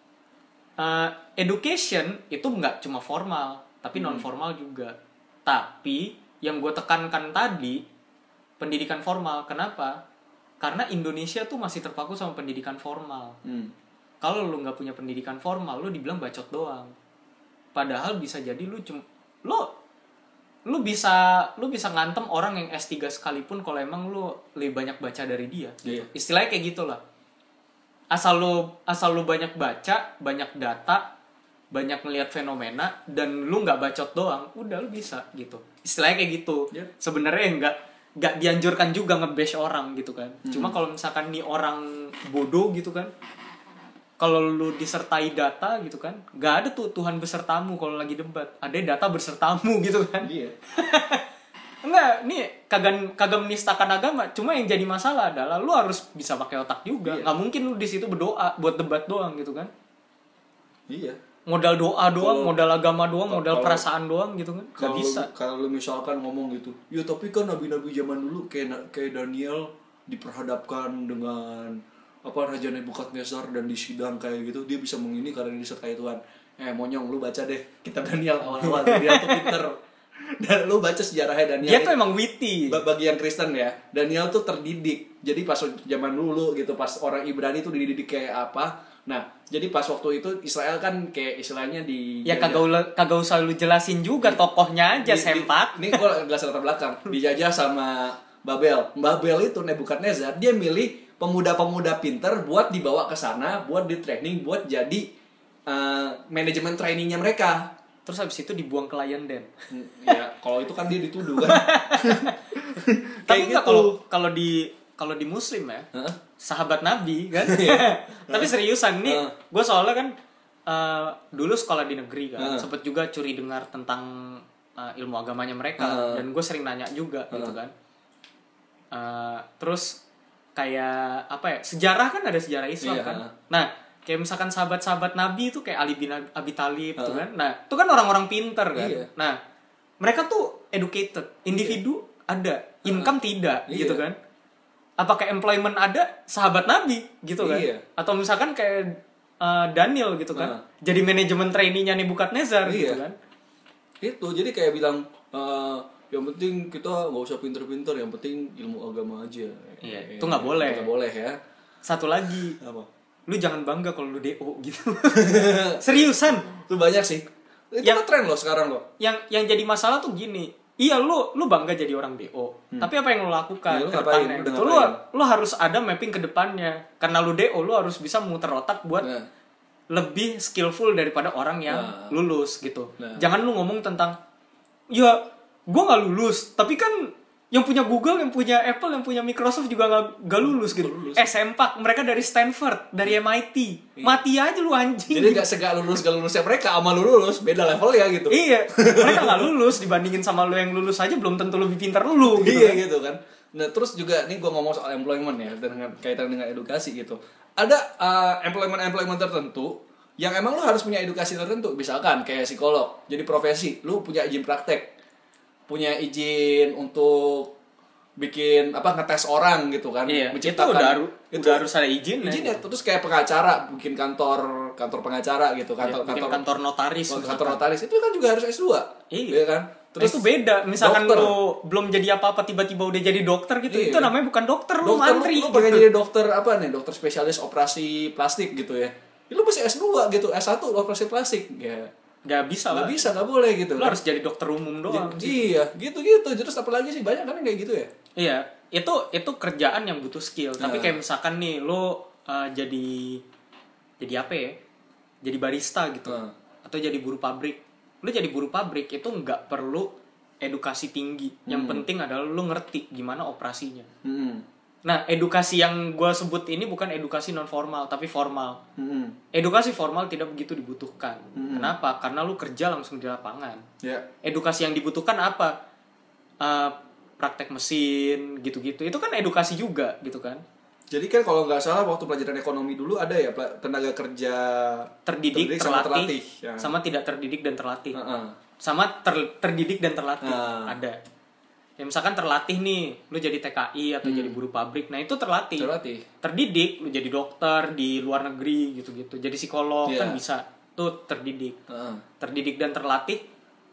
uh, education itu nggak cuma formal, tapi hmm. non formal juga. Tapi yang gue tekankan tadi, pendidikan formal. Kenapa? Karena Indonesia tuh masih terpaku sama pendidikan formal. Hmm. Kalau lu nggak punya pendidikan formal, lu dibilang bacot doang. Padahal bisa jadi lu cuma lu lu bisa lu bisa ngantem orang yang S tiga sekalipun kalau emang lu lebih banyak baca dari dia. Yeah. Istilahnya kayak gitulah. Asal lu asal lu banyak baca, banyak data, banyak ngelihat fenomena, dan lu nggak bacot doang, udah lu bisa gitu. Istilahnya kayak gitu. Yeah. Sebenarnya nggak nggak dianjurkan juga nge-bash orang gitu kan. Hmm. Cuma kalau misalkan nih orang bodoh gitu kan, kalau lu disertai data gitu kan, nggak ada tuh Tuhan besertamu kalau lagi debat, ada data besertamu gitu kan. Iya. Enggak, nih kagak kagak menistakan agama. Cuma yang jadi masalah adalah lu harus bisa pakai otak juga. Iya. Nggak mungkin lu di situ berdoa buat debat doang gitu kan. Iya. Modal doa doang, kalo, modal agama doang, modal kalo, perasaan doang gitu kan. Nggak bisa. Kalau lu misalkan ngomong gitu, ya tapi kan nabi-nabi zaman dulu kayak kayak Daniel diperhadapkan dengan apa Raja Nebukadnezar dan disidang kayak gitu, dia bisa mengini karena disertai Tuhan. Eh monyong, lu baca deh kitab Daniel awal-awal. Daniel tuh pinter. Dan lu baca sejarahnya Daniel. Dia tuh emang witty. Bagi yang Kristen ya, Daniel tuh terdidik. Jadi pas zaman dulu gitu, pas orang Ibrani tuh dididik kayak apa. Nah, jadi pas waktu itu Israel kan kayak istilahnya di ya kagak kagak usah lu jelasin juga, tokohnya aja sempak. Ini gua jelasin latar belakang. Dijajah sama Babel. Babel itu Nebukadnezar, dia milih pemuda-pemuda pinter buat dibawa ke sana, buat di training, buat jadi uh, manajemen trainingnya mereka. Terus habis itu dibuang ke Lion Den. Ya, kalau itu kan dia dituduh kan. Tapi enggak kalau gitu. kalau di kalau di Muslim ya, huh? Sahabat Nabi kan. Tapi seriusan nih, uh. gue soalnya kan uh, dulu sekolah di negeri kan, uh. sempet juga curi dengar tentang uh, ilmu agamanya mereka, uh. dan gue sering nanya juga uh. gitu kan. Uh, terus kayak apa ya, sejarah kan ada sejarah Islam yeah. kan. Nah, kayak misalkan sahabat-sahabat Nabi itu kayak Ali bin Abi Thalib uh. tuh kan. Nah, itu kan orang-orang pinter kan. Yeah. Nah, mereka tuh educated, individu yeah. ada, income uh. tidak yeah. gitu kan. Apakah employment ada, sahabat Nabi gitu kan. Yeah. Atau misalkan kayak uh, Daniel gitu kan. Uh. Jadi manajemen trainee-nya Nebukadnezar yeah. gitu kan. Itu jadi kayak bilang uh, yang penting kita nggak usah pinter-pinter, yang penting ilmu agama aja. Iya, eh, itu nggak boleh. Nggak boleh ya. Satu lagi, apa? Lu jangan bangga kalau lu D O gitu. Seriusan? Itu banyak sih. Itu yang, tren loh sekarang loh. Yang yang jadi masalah tuh gini. Iya, lu lu bangga jadi orang D O. Hmm. Tapi apa yang lu lakukan ya, lu ke depannya? Gitu. Lu lu harus ada mapping ke depannya. Karena lu D O, lu harus bisa muter otak buat nah. lebih skillful daripada orang yang nah. lulus gitu. Nah. Jangan lu ngomong tentang ya gue nggak lulus, tapi kan yang punya Google, yang punya Apple, yang punya Microsoft juga nggak nggak lulus gitu. Lulus. Eh sempak, mereka dari Stanford, dari M I T, iya. Mati aja lu anjing. Jadi nggak segak lulus gak lulusnya mereka, sama lu lulus beda level ya gitu. Iya, mereka nggak lulus dibandingin sama lu yang lulus aja belum tentu lebih pintar lu. Gitu iya kan? Gitu kan. Nah terus juga nih gue ngomong soal employment ya, dengan kaitan dengan edukasi gitu. Ada uh, employment employment tertentu yang emang lu harus punya edukasi tertentu, misalkan kayak psikolog, jadi profesi, lu punya izin praktek. Punya izin untuk bikin apa ngetes orang gitu kan, iya, menciptakan itu udah, itu udah harus ada izin izin ya. Terus kayak pengacara, bikin kantor kantor pengacara gitu, kantor iya, kantor kantor notaris kantor notaris itu kan juga harus S dua. Iya, iya kan. Terus itu beda, misalkan dokter. Lu belum jadi apa-apa tiba-tiba udah jadi dokter gitu, iya, itu namanya bukan dokter, lu dokter, mantri lu, lu pengen jadi dokter apa nih, dokter spesialis operasi plastik gitu ya, lu mesti S dua gitu, S satu operasi plastik ya. Gak bisa lah. Gak bisa, gak boleh gitu. Lo kan harus jadi dokter umum doang. J- iya, gitu-gitu. Terus apalagi sih banyak kan kayak gitu ya. Iya, itu itu kerjaan yang butuh skill. Nah. Tapi kayak misalkan nih lo uh, jadi jadi apa ya? Jadi barista gitu. Nah. Atau jadi buruh pabrik. Lo jadi buruh pabrik itu nggak perlu edukasi tinggi. Yang hmm. penting adalah lo ngerti gimana operasinya. Hmm. Nah, edukasi yang gue sebut ini bukan edukasi non formal, tapi formal. Mm-hmm. Edukasi formal tidak begitu dibutuhkan. Mm-hmm. Kenapa? Karena lu kerja langsung di lapangan. Yeah. Edukasi yang dibutuhkan apa? Uh, praktek mesin, gitu-gitu. Itu kan edukasi juga, gitu kan? Jadi kan kalau nggak salah waktu pelajaran ekonomi dulu ada ya tenaga kerja terdidik, terdidik terlatih, sama terlatih, ya. Sama tidak terdidik dan terlatih. Uh-uh. sama ter- terdidik dan terlatih. Nah. Ada. Ya misalkan terlatih nih, lu jadi T K I atau jadi buruh pabrik, nah itu terlatih. Terlatih. Terdidik, lu jadi dokter di luar negeri gitu-gitu, jadi psikolog Iya. kan bisa, tuh terdidik. Heeh. Terdidik dan terlatih,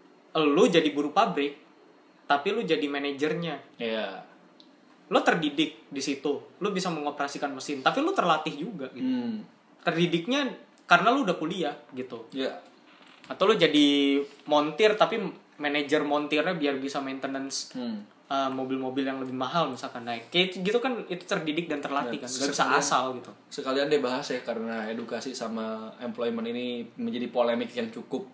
lu jadi buruh pabrik, tapi lu jadi manajernya. Iya. Lu terdidik di situ, lu bisa mengoperasikan mesin, tapi lu terlatih juga gitu. Hmm. Terdidiknya karena lu udah kuliah gitu. Iya. Atau lu jadi montir tapi manajer montirnya biar bisa maintenance Hmm. uh, mobil-mobil yang lebih mahal misalkan. Nah, kayak gitu kan itu terdidik dan terlatih Ya, kan. Gak bisa sekalian- asal gitu. Sekalian deh bahas ya, karena edukasi sama employment ini menjadi polemik yang cukup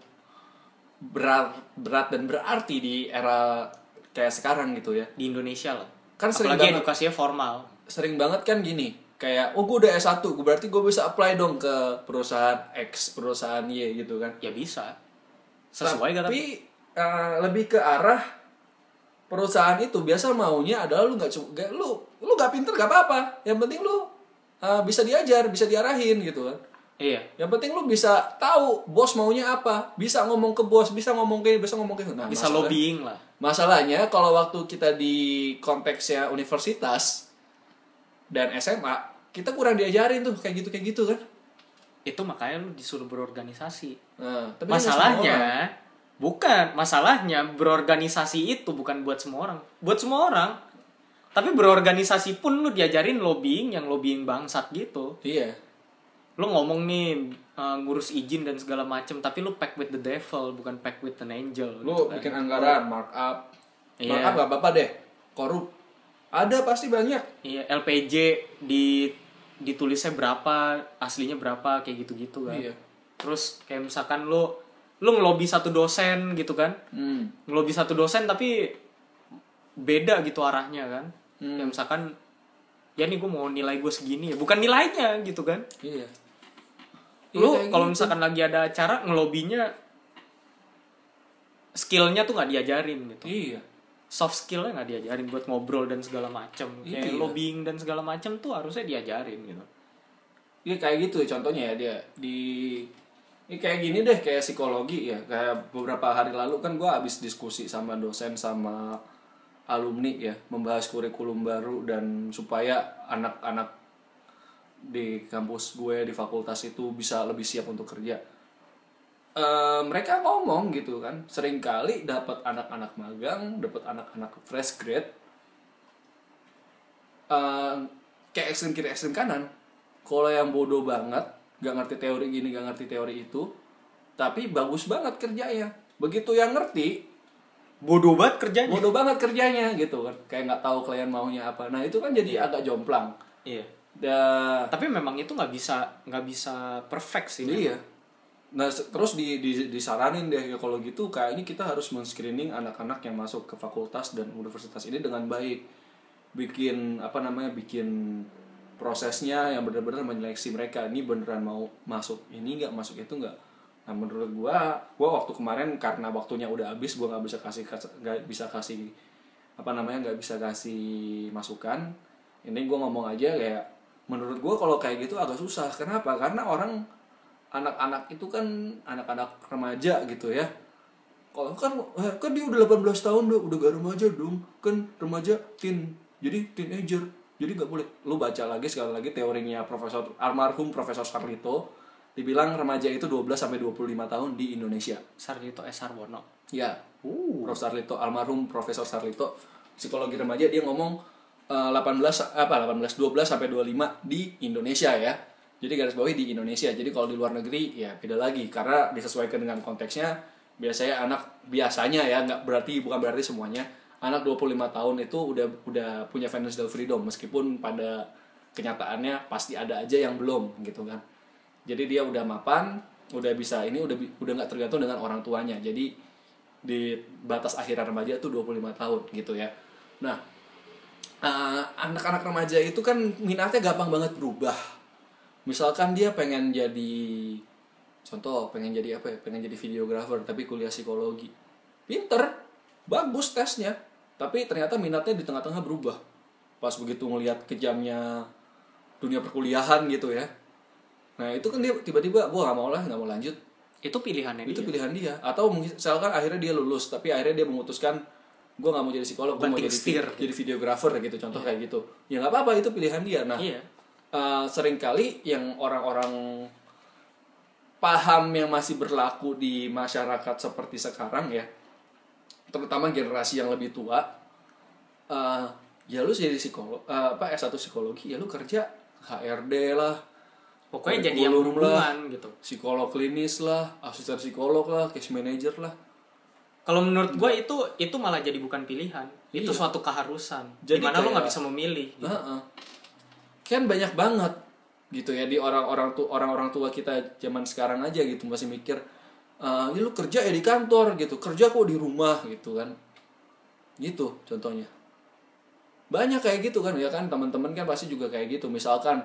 berat, berat dan berarti di era kayak sekarang gitu ya. Di Indonesia lah. Kan sering Apalagi banget- edukasinya formal. Sering banget kan gini, kayak oh gue udah S satu, gue berarti gue bisa apply dong ke perusahaan X, perusahaan Y gitu kan. Ya bisa. Sesuai gak tapi? Tapi eh, lebih ke arah perusahaan itu biasa maunya adalah lu nggak cu- nggak- lu lu nggak pinter gak apa-apa, yang penting lu eh, bisa diajar, bisa diarahin gitu kan. Iya. Yang penting lu bisa tahu bos maunya apa, bisa ngomong ke bos, bisa ngomong ke ini, bisa ngomong ke itu. Nah, Bisa masalah- lobbying lah. Masalahnya kalau waktu kita di konteksnya universitas dan S M A, kita kurang diajarin tuh kayak gitu kayak gitu kan. Itu makanya lu disuruh berorganisasi. Nah, tapi kan nggak semua orang. Masalahnya bukan, masalahnya berorganisasi itu bukan buat semua orang. Buat semua orang. Tapi berorganisasi pun lu diajarin lobbying yang lobbying bangsat gitu. Iya. Lu ngomong nih uh, ngurus izin dan segala macem, tapi lu pack with the devil bukan pack with an angel. Lu gitu kan. bikin anggaran, markup. Iya. Markup gak apa-apa deh. Korup. Ada pasti banyak. Iya, L P J di ditulisnya berapa, aslinya berapa, kayak gitu-gitu kan. Iya. Terus kayak misalkan lu lu ngelobi satu dosen gitu kan. Hmm. Ngelobi satu dosen tapi beda gitu arahnya kan. Hmm. Ya misalkan ya nih gue mau nilai gue segini ya, bukan nilainya gitu kan. Iya. Lu Iya, kayak kalau gitu. misalkan lagi ada acara ngelobinya skillnya tuh nggak diajarin gitu. Iya. Soft skillnya nggak diajarin buat ngobrol dan segala macam. Kayak Iya. lobbying dan segala macam tuh harusnya diajarin gitu. Iya kayak gitu contohnya ya dia di ini kayak gini deh, kayak psikologi ya. Kayak beberapa hari lalu kan gue habis diskusi sama dosen sama alumni ya, membahas kurikulum baru dan supaya anak-anak di kampus gue di fakultas itu bisa lebih siap untuk kerja. Eh, mereka ngomong gitu kan, seringkali dapat anak-anak magang, dapat anak-anak fresh grade, eh, kayak ekstrem kiri ekstrem kanan. Kalau yang bodoh banget, gak ngerti teori gini, gak ngerti teori itu, tapi bagus banget kerjanya. Begitu yang ngerti, Bodoh banget kerjanya. bodoh banget kerjanya gitu kan, kayak nggak tahu klien maunya apa. Nah itu kan jadi agak jomplang. Iya. Da, Tapi memang itu nggak bisa nggak bisa perfect sih. iya. Nah se- terus di, di, disaranin deh ya kalau gitu kayaknya kita harus men-screening anak-anak yang masuk ke fakultas dan universitas ini dengan baik. Bikin apa namanya, bikin prosesnya yang benar-benar menyeleksi mereka. Ini beneran mau masuk ini nggak, masuk itu nggak. Nah menurut gua, gua waktu kemarin karena waktunya udah habis, gua nggak bisa kasih nggak bisa kasih apa namanya nggak bisa kasih masukan. Ini gua ngomong aja kayak menurut gua kalau kayak gitu agak susah. Kenapa? Karena orang anak-anak itu kan anak-anak remaja gitu ya. Kalau kan eh, kan dia udah delapan belas tahun udah udah gak remaja dong. Kan remaja teen. Jadi teenager. Jadi nggak boleh. Lu baca lagi sekali lagi teorinya Profesor almarhum Profesor Sarlito. Dibilang remaja itu dua belas sampai dua puluh lima tahun di Indonesia. Sarlito S. Sarwono. Ya. Uh. Prof Sarlito, almarhum Profesor Sarlito, psikologi remaja, dia ngomong eh, delapan belas apa delapan belas dua belas sampai dua puluh lima di Indonesia ya. Jadi garis bawahi di Indonesia. Jadi kalau di luar negeri ya beda lagi karena disesuaikan dengan konteksnya. Biasanya anak biasanya ya, nggak berarti bukan berarti semuanya. Anak dua puluh lima tahun itu udah udah punya financial freedom meskipun pada kenyataannya pasti ada aja yang belum gitu kan. Jadi dia udah mapan, udah bisa ini udah udah nggak tergantung dengan orang tuanya. Jadi di batas akhir remaja tuh dua puluh lima tahun gitu ya. Nah, uh, anak-anak remaja itu kan minatnya gampang banget berubah. Misalkan dia pengen jadi contoh, pengen jadi apa ya? Pengen jadi videographer tapi kuliah psikologi. Pinter, bagus tesnya, tapi ternyata minatnya di tengah-tengah berubah. Pas begitu ngelihat kejamnya dunia perkuliahan gitu ya. Nah itu kan dia tiba-tiba gue nggak mau lah, nggak mau lanjut. Itu pilihannya Itu dia. pilihan dia. Atau misalkan akhirnya dia lulus, tapi akhirnya dia memutuskan gue nggak mau jadi psikolog, gue mau Banting jadi setir. jadi videographer gitu, contoh kayak gitu. Ya nggak apa-apa, itu pilihan dia. Nah, Iya. uh, seringkali yang orang-orang paham yang masih berlaku di masyarakat seperti sekarang ya, terutama generasi yang lebih tua, uh, ya lu jadi psikolog, uh, apa S satu psikologi, ya lu kerja H R D lah, Pokoknya jadi yang kurikulum lah, berhubungan gitu. psikolog klinis lah, asisten psikolog lah, case manager lah. Kalau menurut gue itu itu malah jadi bukan pilihan, itu Iya. suatu keharusan. Jadi Dimana lu kayak- nggak bisa memilih. Gitu. Heeh. Kan banyak banget gitu ya di orang-orang tuh orang-orang tua kita zaman sekarang aja gitu masih mikir, "Eh, ya lu kerja ya di kantor gitu, kerja kok di rumah gitu kan." Gitu contohnya. Banyak kayak gitu kan ya kan, teman-teman kan pasti juga kayak gitu. Misalkan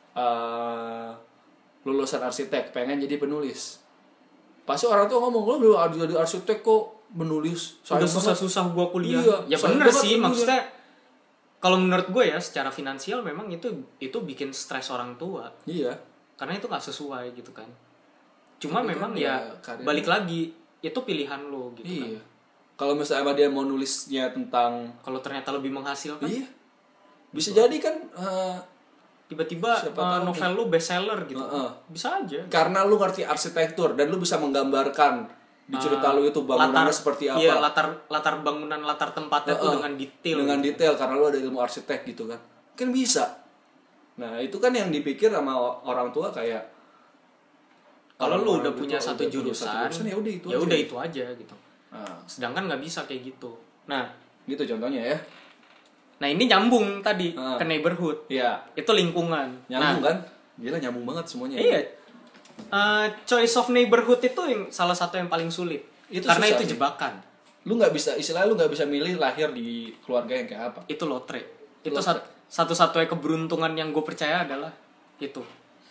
eh lulusan arsitek pengen jadi penulis. Pasti orang tua ngomong, "Lu udah jadi arsitek kok menulis?" Udah Sayang banget." susah-susah gue kuliah. Iya, Ya sayang bener banget sih, kuliah. maksudnya kalau menurut gue ya secara finansial memang itu itu bikin stres orang tua. Iya. Karena itu nggak sesuai gitu kan. Cuma Tapi memang kan ya ya karirnya- balik lagi itu pilihan lo gitu kan. Iya. Kalau misalnya dia mau nulisnya tentang, Kalau ternyata lebih menghasilkan, iya, bisa jadi kan eh, tiba-tiba Siapa uh, tahu novel lu bestseller gitu. Heeh. Bisa aja. karena lu ngerti arsitektur dan lu bisa menggambarkan di cerita Uh, lu itu bangunannya seperti apa. Iya, latar latar bangunan, latar tempatnya tuh Heeh. dengan detail. Dengan gitu. detail karena lu ada ilmu arsitek gitu kan. Kan bisa. Nah, itu kan yang dipikir sama o- orang tua kayak Kalau lu orang udah tua punya udah satu punya jurusan, satu ya udah itu ya aja. udah itu aja gitu. Nah, Sedangkan nggak bisa kayak gitu. Nah, gitu contohnya ya. nah ini nyambung tadi Ah. ke neighborhood. Iya, Itu lingkungan. nyambung nah, kan? Gila nyambung banget semuanya. Iya. Uh, choice of neighborhood itu yang salah satu yang paling sulit. Itu Karena susah itu sih. jebakan. Lu nggak bisa, istilahnya lu nggak bisa milih lahir di keluarga yang kayak apa. Itu lotre. Itu Lotre. sat- satu-satunya keberuntungan yang gue percaya adalah itu.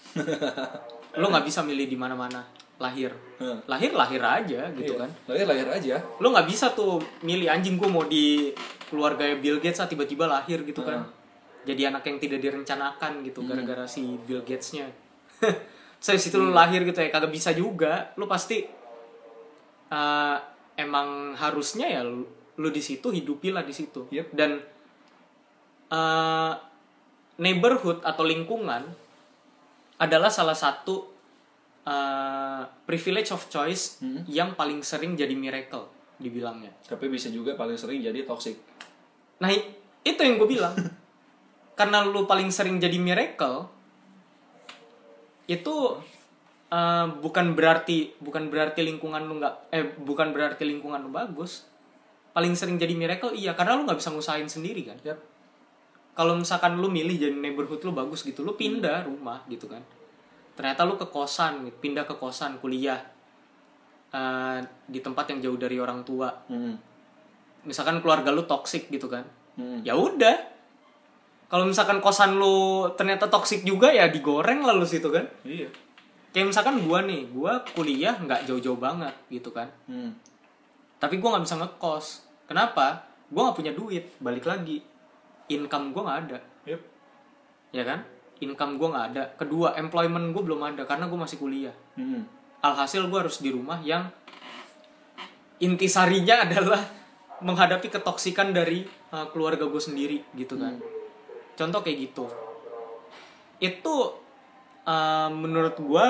Lu nggak bisa milih di mana-mana lahir. Hmm. Lahir lahir aja gitu Iya. kan. Lahir lahir aja. Lu nggak bisa tuh milih anjing gue mau di keluarga Bill Gates ah, tiba-tiba lahir gitu kan. Hmm. Jadi anak yang tidak direncanakan gitu gara-gara si Bill Gates-nya. Saya situ Hmm. lu lahir gitu ya kagak bisa juga. Lu pasti uh, emang harusnya ya lu, lu di situ hidupilah di situ. Yep. Dan uh, neighborhood atau lingkungan adalah salah satu uh, privilege of choice Hmm. yang paling sering jadi miracle dibilangnya. Tapi bisa juga paling sering jadi toxic. Nah i- itu yang gue bilang. Karena lu paling sering jadi miracle, itu uh, bukan berarti bukan berarti lingkungan lu nggak eh bukan berarti lingkungan lu bagus. Paling sering jadi miracle iya karena lu nggak bisa ngusahain sendiri kan. Yap. Kalau misalkan lu milih jadi neighborhood lu bagus gitu, lu pindah rumah gitu kan. Ternyata lu ke kosan, gitu, pindah ke kosan kuliah uh, di tempat yang jauh dari orang tua. Hmm. Misalkan keluarga lu toksik gitu kan. Hmm. Ya udah. Kalau misalkan kosan lu ternyata toksik juga ya digoreng lah lu situ kan. Iya. Kayak misalkan gua nih, gua kuliah nggak jauh-jauh banget gitu kan. Hmm. Tapi gua nggak bisa ngekos. Kenapa? Gua nggak punya duit. Balik lagi, income gua nggak ada. Yep. Ya kan? Income gua nggak ada. Kedua, employment gua belum ada karena gua masih kuliah. Hmm. Alhasil gua harus di rumah yang intisarinya adalah menghadapi ketoksikan dari uh, keluarga gue sendiri gitu kan. Hmm. Contoh kayak gitu. Itu uh, menurut gue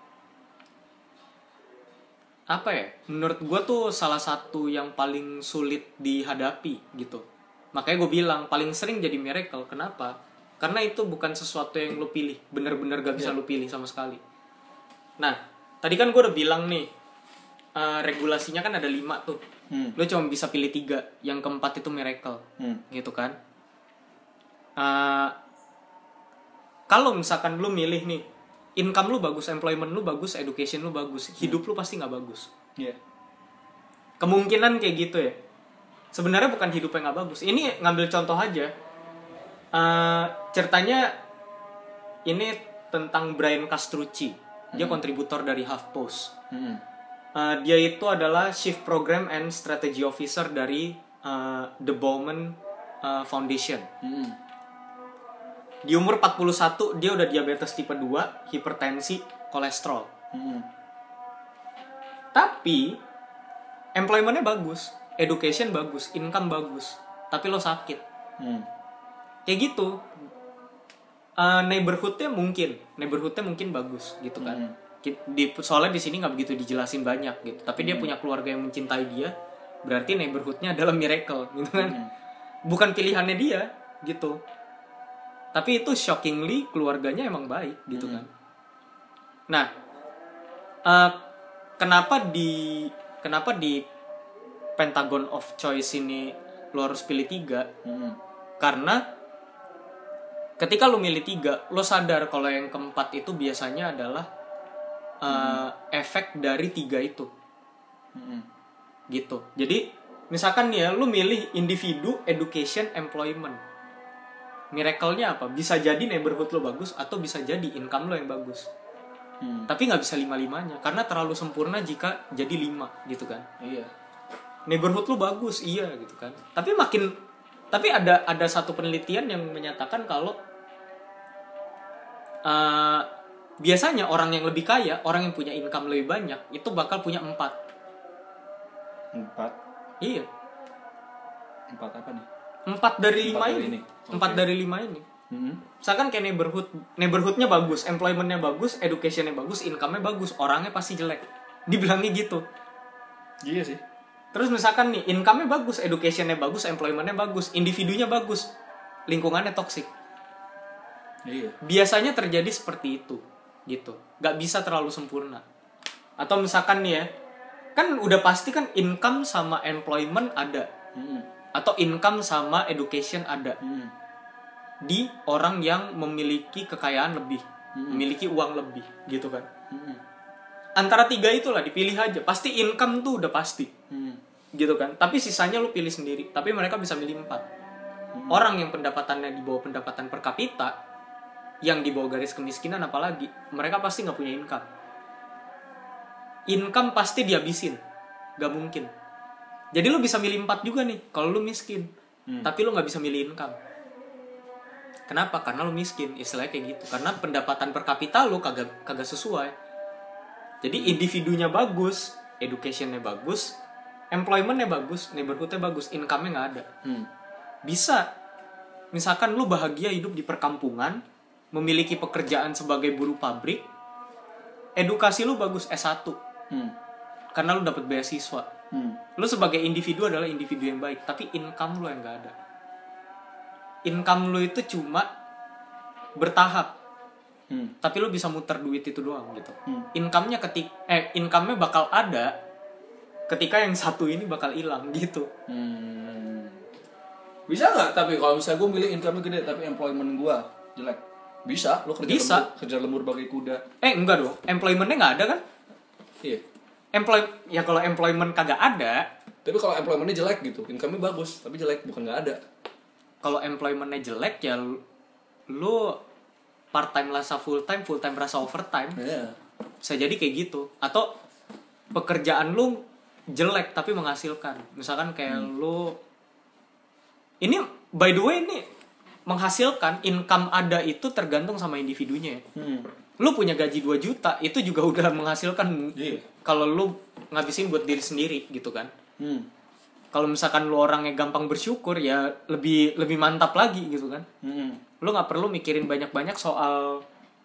apa ya? Menurut gue tuh salah satu yang paling sulit dihadapi gitu. Makanya gue bilang paling sering jadi miracle. Kenapa? Karena itu bukan sesuatu yang lo pilih. Bener-bener gak bisa Yeah. lo pilih sama sekali. Nah, tadi kan gue udah bilang nih, uh, regulasinya kan ada lima tuh. Hmm. Lo cuma bisa pilih tiga. Yang keempat itu miracle. Hmm. Gitu kan. Uh, kalau misalkan lu milih nih, income lu bagus, employment lu bagus, education lu bagus, hidup lu pasti nggak bagus. Iya. Kemungkinan kayak gitu ya. Sebenarnya bukan hidup yang nggak bagus. Ini ngambil contoh aja. Uh, ceritanya ini tentang Brian Castrucci. Dia kontributor dari HuffPost. Hmm. Uh, dia itu adalah Chief Program and Strategy Officer dari uh, The Bowman uh, Foundation. Hmm. Di umur empat puluh satu dia udah diabetes tipe dua, hipertensi, kolesterol. Hmm. Tapi employment-nya bagus, education bagus, income bagus, tapi lo sakit. Hmm. Kayak gitu. Uh, neighborhood-nya mungkin, neighborhood-nya mungkin bagus gitu kan. Hmm. Di, soalnya di sini nggak begitu dijelasin banyak gitu. Tapi dia Hmm. punya keluarga yang mencintai dia, berarti neighborhood-nya adalah miracle gitu kan. Hmm. Bukan pilihannya dia gitu. Tapi itu shockingly keluarganya emang baik gitu Hmm. kan. Nah, uh, kenapa di kenapa di Pentagon of Choice ini lo harus pilih tiga? Hmm. Karena ketika lo milih tiga, lo sadar kalau yang keempat itu biasanya adalah uh, hmm. efek dari tiga itu. Hmm. Gitu. Jadi misalkan nih ya, lo milih individu, education, employment. Miracle-nya apa? Bisa jadi neighborhood lo bagus atau bisa jadi income lo yang bagus. Hmm. Tapi nggak bisa lima-limanya karena terlalu sempurna jika jadi lima gitu kan. Iya. Neighborhood lo bagus, iya gitu kan. Tapi makin tapi ada ada satu penelitian yang menyatakan kalau uh, biasanya orang yang lebih kaya, orang yang punya income lebih banyak itu bakal punya empat. Empat. Iya. Empat apa nih? Empat dari lima Empat dari ini. ini. Empat Oke. dari lima ini. Hmm. Misalkan kayak neighborhood, neighborhoodnya bagus, employmentnya bagus, educationnya bagus, income-nya bagus, orangnya pasti jelek. Dibilangnya gitu. Iya sih. Terus misalkan nih, income-nya bagus, educationnya bagus, employment-nya bagus, individunya bagus, lingkungannya toksik. Iya. Biasanya terjadi seperti itu, gitu. Gak bisa terlalu sempurna. Atau misalkan nih ya, kan udah pasti kan income sama employment ada. Hmm. Atau income sama education ada. Hmm. Di orang yang memiliki kekayaan lebih, Hmm. memiliki uang lebih, gitu kan. Hmm. Antara tiga itulah dipilih aja. Pasti income tuh udah pasti. Hmm. Gitu kan. Tapi sisanya lu pilih sendiri. Tapi mereka bisa milih empat. Hmm. Orang yang pendapatannya di bawah pendapatan per kapita, yang di bawah garis kemiskinan apalagi, mereka pasti nggak punya income. Income pasti dihabisin. Gak mungkin. Jadi lu bisa milih empat juga nih kalau lu miskin. Hmm. Tapi lu nggak bisa milih income. Kenapa? Karena lu miskin. Istilahnya kayak gitu. Karena pendapatan per kapita lu kagak kagak sesuai. Jadi individunya bagus, educationnya bagus, employmentnya bagus, neighborhoodnya bagus, income-nya nggak ada. Hmm. Bisa. Misalkan lu bahagia hidup di perkampungan, memiliki pekerjaan sebagai buruh pabrik, edukasi lu bagus S satu. Hmm. Karena lu dapat beasiswa. Hmm. Lu sebagai individu adalah individu yang baik, tapi income lu yang nggak ada. Income lu itu cuma bertahap. Hmm. Tapi lu bisa muter duit itu doang gitu. Hmm. Income-nya ketik eh income-nya bakal ada ketika yang satu ini bakal hilang gitu. Hmm. Bisa nggak? Tapi kalau misalnya gue milih income gede tapi employment gue jelek, bisa? Lo kerja Bisa. lembur, kerja lembur bagai kuda. Eh enggak dong, employment-nya nggak ada kan? Iya. Employ ya kalau employment kagak ada. Tapi kalau employment-nya jelek gitu, income-nya bagus tapi jelek, bukan nggak ada. Kalau employment-nya jelek ya lu, lu part time rasa full time, full time rasa overtime. Iya. Bisa jadi kayak gitu. Atau pekerjaan lu jelek tapi menghasilkan. Misalkan kayak hmm. lu ini by the way ini menghasilkan, income ada itu tergantung sama individunya ya. Hmm. Lu punya gaji dua juta itu juga udah menghasilkan. Iya. Kalau lu ngabisin buat diri sendiri gitu kan. Hmm. Kalau misalkan lu orangnya gampang bersyukur ya lebih lebih mantap lagi gitu kan. Hmm. Lu nggak perlu mikirin banyak-banyak soal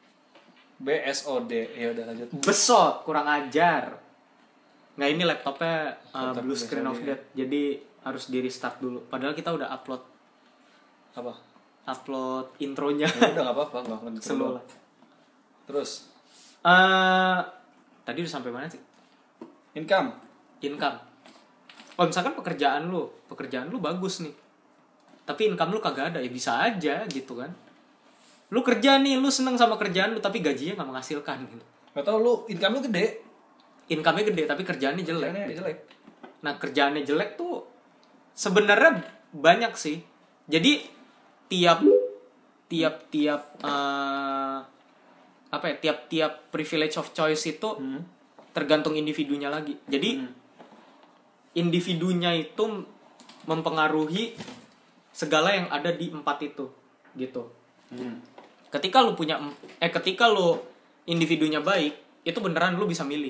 B S O D. Ya udah lanjut. Besot, kurang ajar. Nah ini laptopnya uh, blue screen of death. Jadi harus di restart dulu. Padahal kita udah upload apa? Upload intronya. Ya udah nggak apa-apa, nggak akan Semula. Terus? Uh, tadi udah sampai mana sih? Income. Income. Oh misalkan pekerjaan lu, pekerjaan lu bagus nih. Tapi income lu kagak ada, ya bisa aja gitu kan. Lu kerja nih, lu seneng sama kerjaan lu tapi gajinya nggak menghasilkan gitu. Atau lu income lu gede. Income-nya gede tapi kerjaannya jelek. Kerjaannya jelek. Nah kerjaannya jelek tuh sebenarnya banyak sih. Jadi tiap tiap tiap uh, apa ya tiap tiap privilege of choice itu hmm. tergantung individunya lagi. Jadi hmm. individunya itu mempengaruhi segala yang ada di empat itu gitu. Hmm. Ketika lu punya eh ketika lu individunya baik, itu beneran lu bisa milih.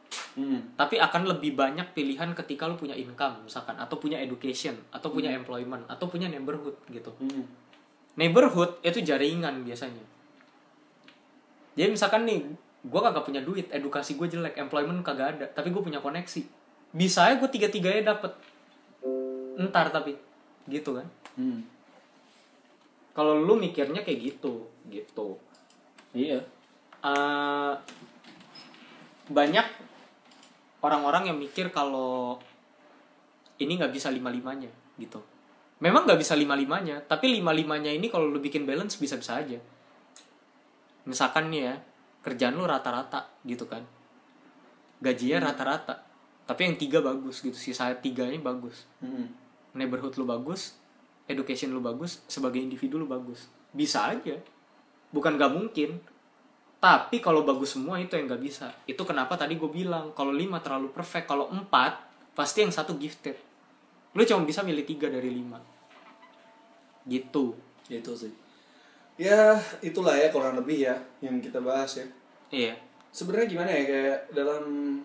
Hmm. Tapi akan lebih banyak pilihan ketika lu punya income misalkan, atau punya education, atau punya Hmm. employment, atau punya neighborhood gitu. Hmm. Neighborhood itu jaringan biasanya. Jadi misalkan nih, gue kagak punya duit, edukasi gue jelek, employment kagak ada, tapi gue punya koneksi. Bisa aja gue tiga-tiganya dapet. Entar tapi, gitu kan. Hmm. Kalau lu mikirnya kayak gitu, gitu. Iya. Uh, banyak orang-orang yang mikir kalau ini nggak bisa lima-limanya gitu. Memang nggak bisa lima-limanya, tapi lima-limanya ini kalau lu bikin balance bisa-bisa aja. Misalkan nih ya, kerjaan lu rata-rata gitu kan, gajinya hmm. rata-rata, tapi yang tiga bagus gitu, sisa tiganya bagus. Hmm. Neighborhood lu bagus, education lu bagus, sebagai individu lu bagus, bisa aja. Bukan nggak mungkin. Tapi kalau bagus semua itu yang nggak bisa. Itu kenapa tadi gue bilang kalau lima terlalu perfect, kalau empat pasti yang satu gifted. Lu cuma bisa milih tiga dari lima. Gitu. Itu sih. Ya itulah ya kurang lebih ya yang kita bahas ya. Iya. Sebenarnya gimana ya, kayak dalam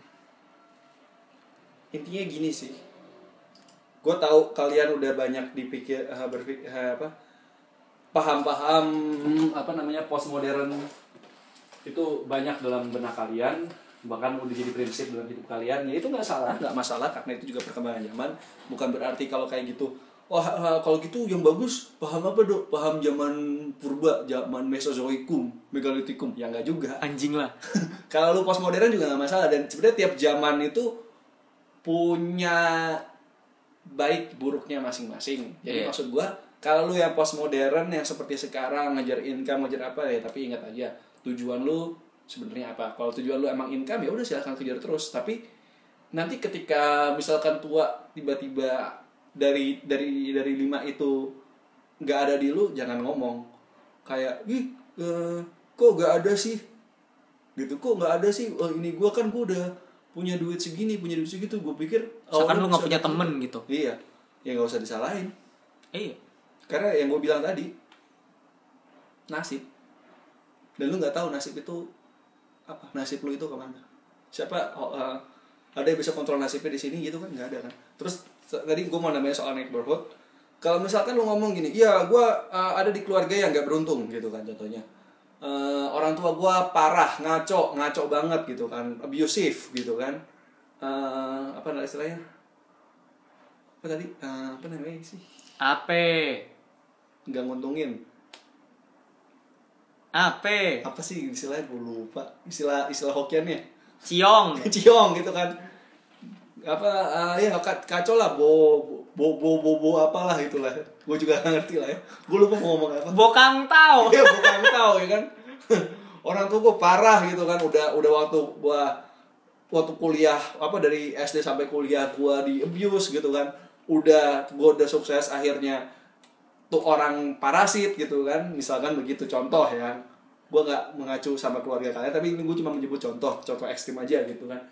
intinya gini sih. Gue tahu kalian udah banyak dipikir uh, berpikir uh, apa paham-paham apa namanya postmodern itu banyak dalam benak kalian, bahkan udah jadi prinsip dalam hidup kalian. Ya itu nggak salah, nggak masalah, karena itu juga perkembangan zaman. Bukan berarti kalau kayak gitu, wah kalau gitu yang bagus paham apa dok? Paham zaman purba, zaman mesozoikum, megalitikum. Ya nggak juga. Anjing lah. Kalau lu postmodern juga nggak masalah, dan sebenarnya tiap zaman itu punya baik buruknya masing-masing. Jadi yeah. maksud gua, kalau lu yang postmodern yang seperti sekarang ngejar income, ngejar apa ya, tapi ingat aja tujuan lu sebenarnya apa. Kalau tujuan lu emang income ya udah silakan kejar terus, tapi nanti ketika misalkan tua tiba-tiba dari dari dari lima itu nggak ada di lu, jangan ngomong kayak ih uh, kok nggak ada sih gitu, kok nggak ada sih, oh, ini gua kan gua udah punya duit segini, punya duit segitu, gua pikir misalkan lu nggak punya temen gitu. Iya, ya nggak usah disalahin. Iya, karena yang gua bilang tadi, nasib. Dan lu nggak tahu nasib itu apa, nasib lu itu kemana, siapa oh, uh, ada yang bisa kontrol nasibnya di sini gitu kan, nggak ada kan. Terus tadi gue mau namanya soal neighborhood, kalau misalkan lu ngomong gini, iya gue uh, ada di keluarga yang nggak beruntung gitu kan, contohnya uh, orang tua gue parah, ngaco ngaco banget gitu kan, abusive gitu kan, uh, apa namanya istilahnya, apa tadi uh, apa namanya sih, apa nggak nguntungin, apa apa sih istilahnya, gue lupa istilah istilah Hokiannya, ciong ciong gitu kan, apa uh, ya kacau lah, bo bo bo bo bo apalah itulah, gue juga gak ngerti lah ya, gue lupa mau ngomong apa, bokang tau ya bokang tau ya kan. Orang tuh gue parah gitu kan, udah udah waktu gue waktu kuliah apa dari S D sampai kuliah gue di abuse gitu kan, udah gue udah sukses akhirnya tuh orang parasit gitu kan, misalkan begitu contoh ya. Gue nggak mengacu sama keluarga kalian, tapi ini gue cuma menyebut contoh contoh ekstrim aja gitu kan.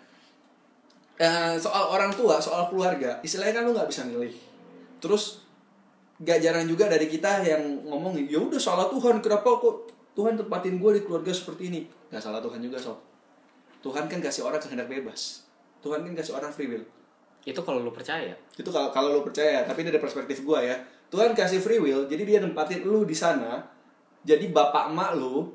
Eh, soal orang tua, soal keluarga, istilahnya kan lu nggak bisa milih. Terus gak jarang juga dari kita yang ngomong, ya udah salah Tuhan, kenapa kok Tuhan tempatin gue di keluarga seperti ini? Gak salah Tuhan juga sob. Tuhan kan kasih orang kehendak bebas. Tuhan kan kasih orang free will. Itu kalau lu percaya. Itu kalau kalau lu percaya, tapi ini dari perspektif gue ya. Tuhan kasih free will, jadi dia nempatin lu di sana. Jadi bapak emak lu,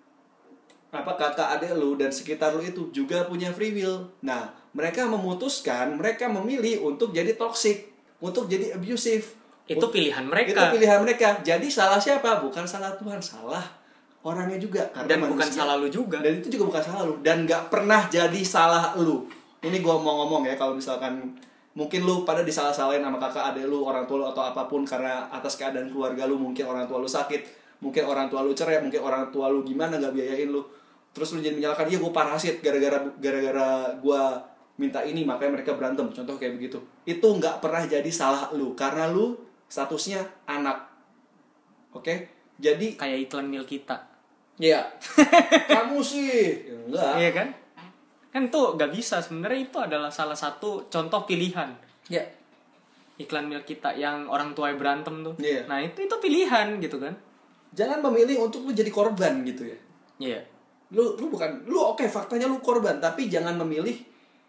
apa kakak adik lu dan sekitar lu itu juga punya free will. Nah, mereka memutuskan, mereka memilih untuk jadi toxic, untuk jadi abusive. Itu pilihan mereka. Itu pilihan mereka. Jadi salah siapa? Bukan salah Tuhan, salah orangnya juga. Karena dan manusia, bukan salah lu juga. Dan itu juga bukan salah lu. Dan gak pernah jadi salah lu. Ini gue mau ngomong ya, kalau misalkan mungkin lu pada disalah-salahin sama kakak adik lu, orang tua lu atau apapun karena atas keadaan keluarga lu, mungkin orang tua lu sakit, mungkin orang tua lu cerai, mungkin orang tua lu gimana gak biayain lu. Terus lu jadi menyalahkan, iya gue parasit gara-gara gara-gara gue minta ini makanya mereka berantem, contoh kayak begitu. Itu nggak pernah jadi salah lu, karena lu statusnya anak. Oke? Okay? Jadi kayak iklan mil kita. Iya. Kamu sih enggak. Iya kan? Kan tuh nggak bisa, sebenarnya itu adalah salah satu contoh pilihan. Iya. Iklan mil kita yang orang tua berantem tuh. Iya. Nah, itu itu pilihan gitu kan. Jangan memilih untuk lu jadi korban gitu ya. Iya. Lu lu bukan lu oke okay, faktanya lu korban, tapi jangan memilih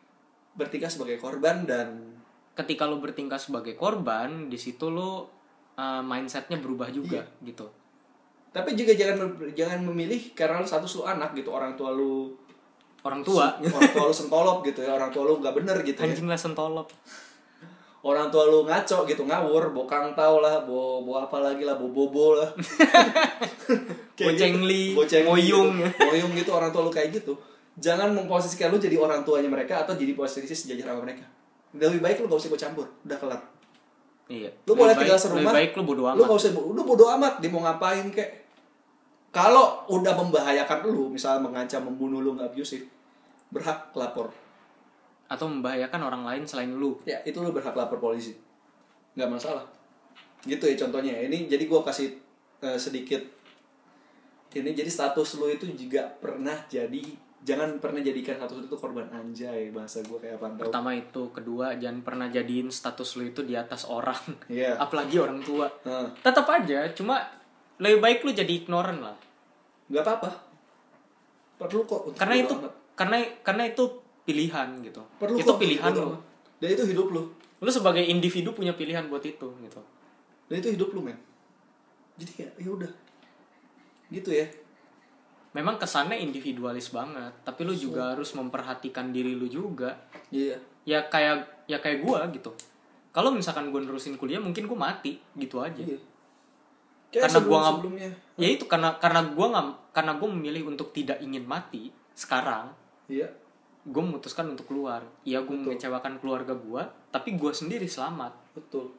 bertingkah sebagai korban dan ketika lu bertingkah sebagai korban, di situ lu uh, mindsetnya berubah juga Iya. gitu. Tapi juga jangan jangan memilih karena lu status lu anak gitu, orang tua lu Orang tua, orang tua lu sentolop gitu ya, orang tua lu nggak bener gitu ya. anjing lah sentolop. Orang tua lu ngaco gitu, ngawur, bokang tau lah, bo bo apa lagi lah, bo bobo lah. Kayak Bocengli, gitu. Bocengli moyung. gitu. Moyung gitu, orang tua lu kayak gitu. Jangan memposisikan lu jadi orang tuanya mereka atau jadi posisi sejajar sama mereka. Lebih baik lu gak usah ikut campur, udah kelar. Iya. Lu Lebih boleh baik- tinggal serumah. Lebih baik lu bodo Lu amat. gak usah, lu bodo amat, dia mau ngapain kek. Kalau udah membahayakan lu, misalnya mengancam, membunuh lu, nggak abusive, berhak lapor. Atau membahayakan orang lain selain lu. Ya, itu lu berhak lapor polisi. Nggak masalah. Gitu ya contohnya. Ini jadi gua kasih eh, sedikit. Ini jadi status lu itu juga pernah jadi, jangan pernah jadikan status lu itu korban, anjay. Bahasa gua kayak apaan tau. Pertama itu, kedua jangan pernah jadiin status lu itu di atas orang. Iya. Apalagi orang tua. Nah, Tetap aja, cuma lebih baik lu jadi ignoran lah. nggak apa-apa. Perlu kok. untuk Karena bodo itu amat. karena karena itu pilihan gitu. Perlu itu kok pilihan bodo lu. amat. Dan itu hidup lu. Lu sebagai individu punya pilihan buat itu gitu. Dan itu hidup lu, men. Jadi ya, ya udah. Gitu ya. Memang kesannya individualis banget, tapi lu juga harus memperhatikan diri lu juga. Iya. Ya kayak ya kayak gua gitu. Kalau misalkan gua nerusin kuliah mungkin gua mati gitu aja. Iya. Karena gua nggak- sebelumnya. Ya itu karena karena gua nggak karena gua memilih untuk tidak ingin mati sekarang. Iya. Gue memutuskan untuk keluar. Iya, gue Betul. mengecewakan keluarga gue, tapi gue sendiri selamat. Betul.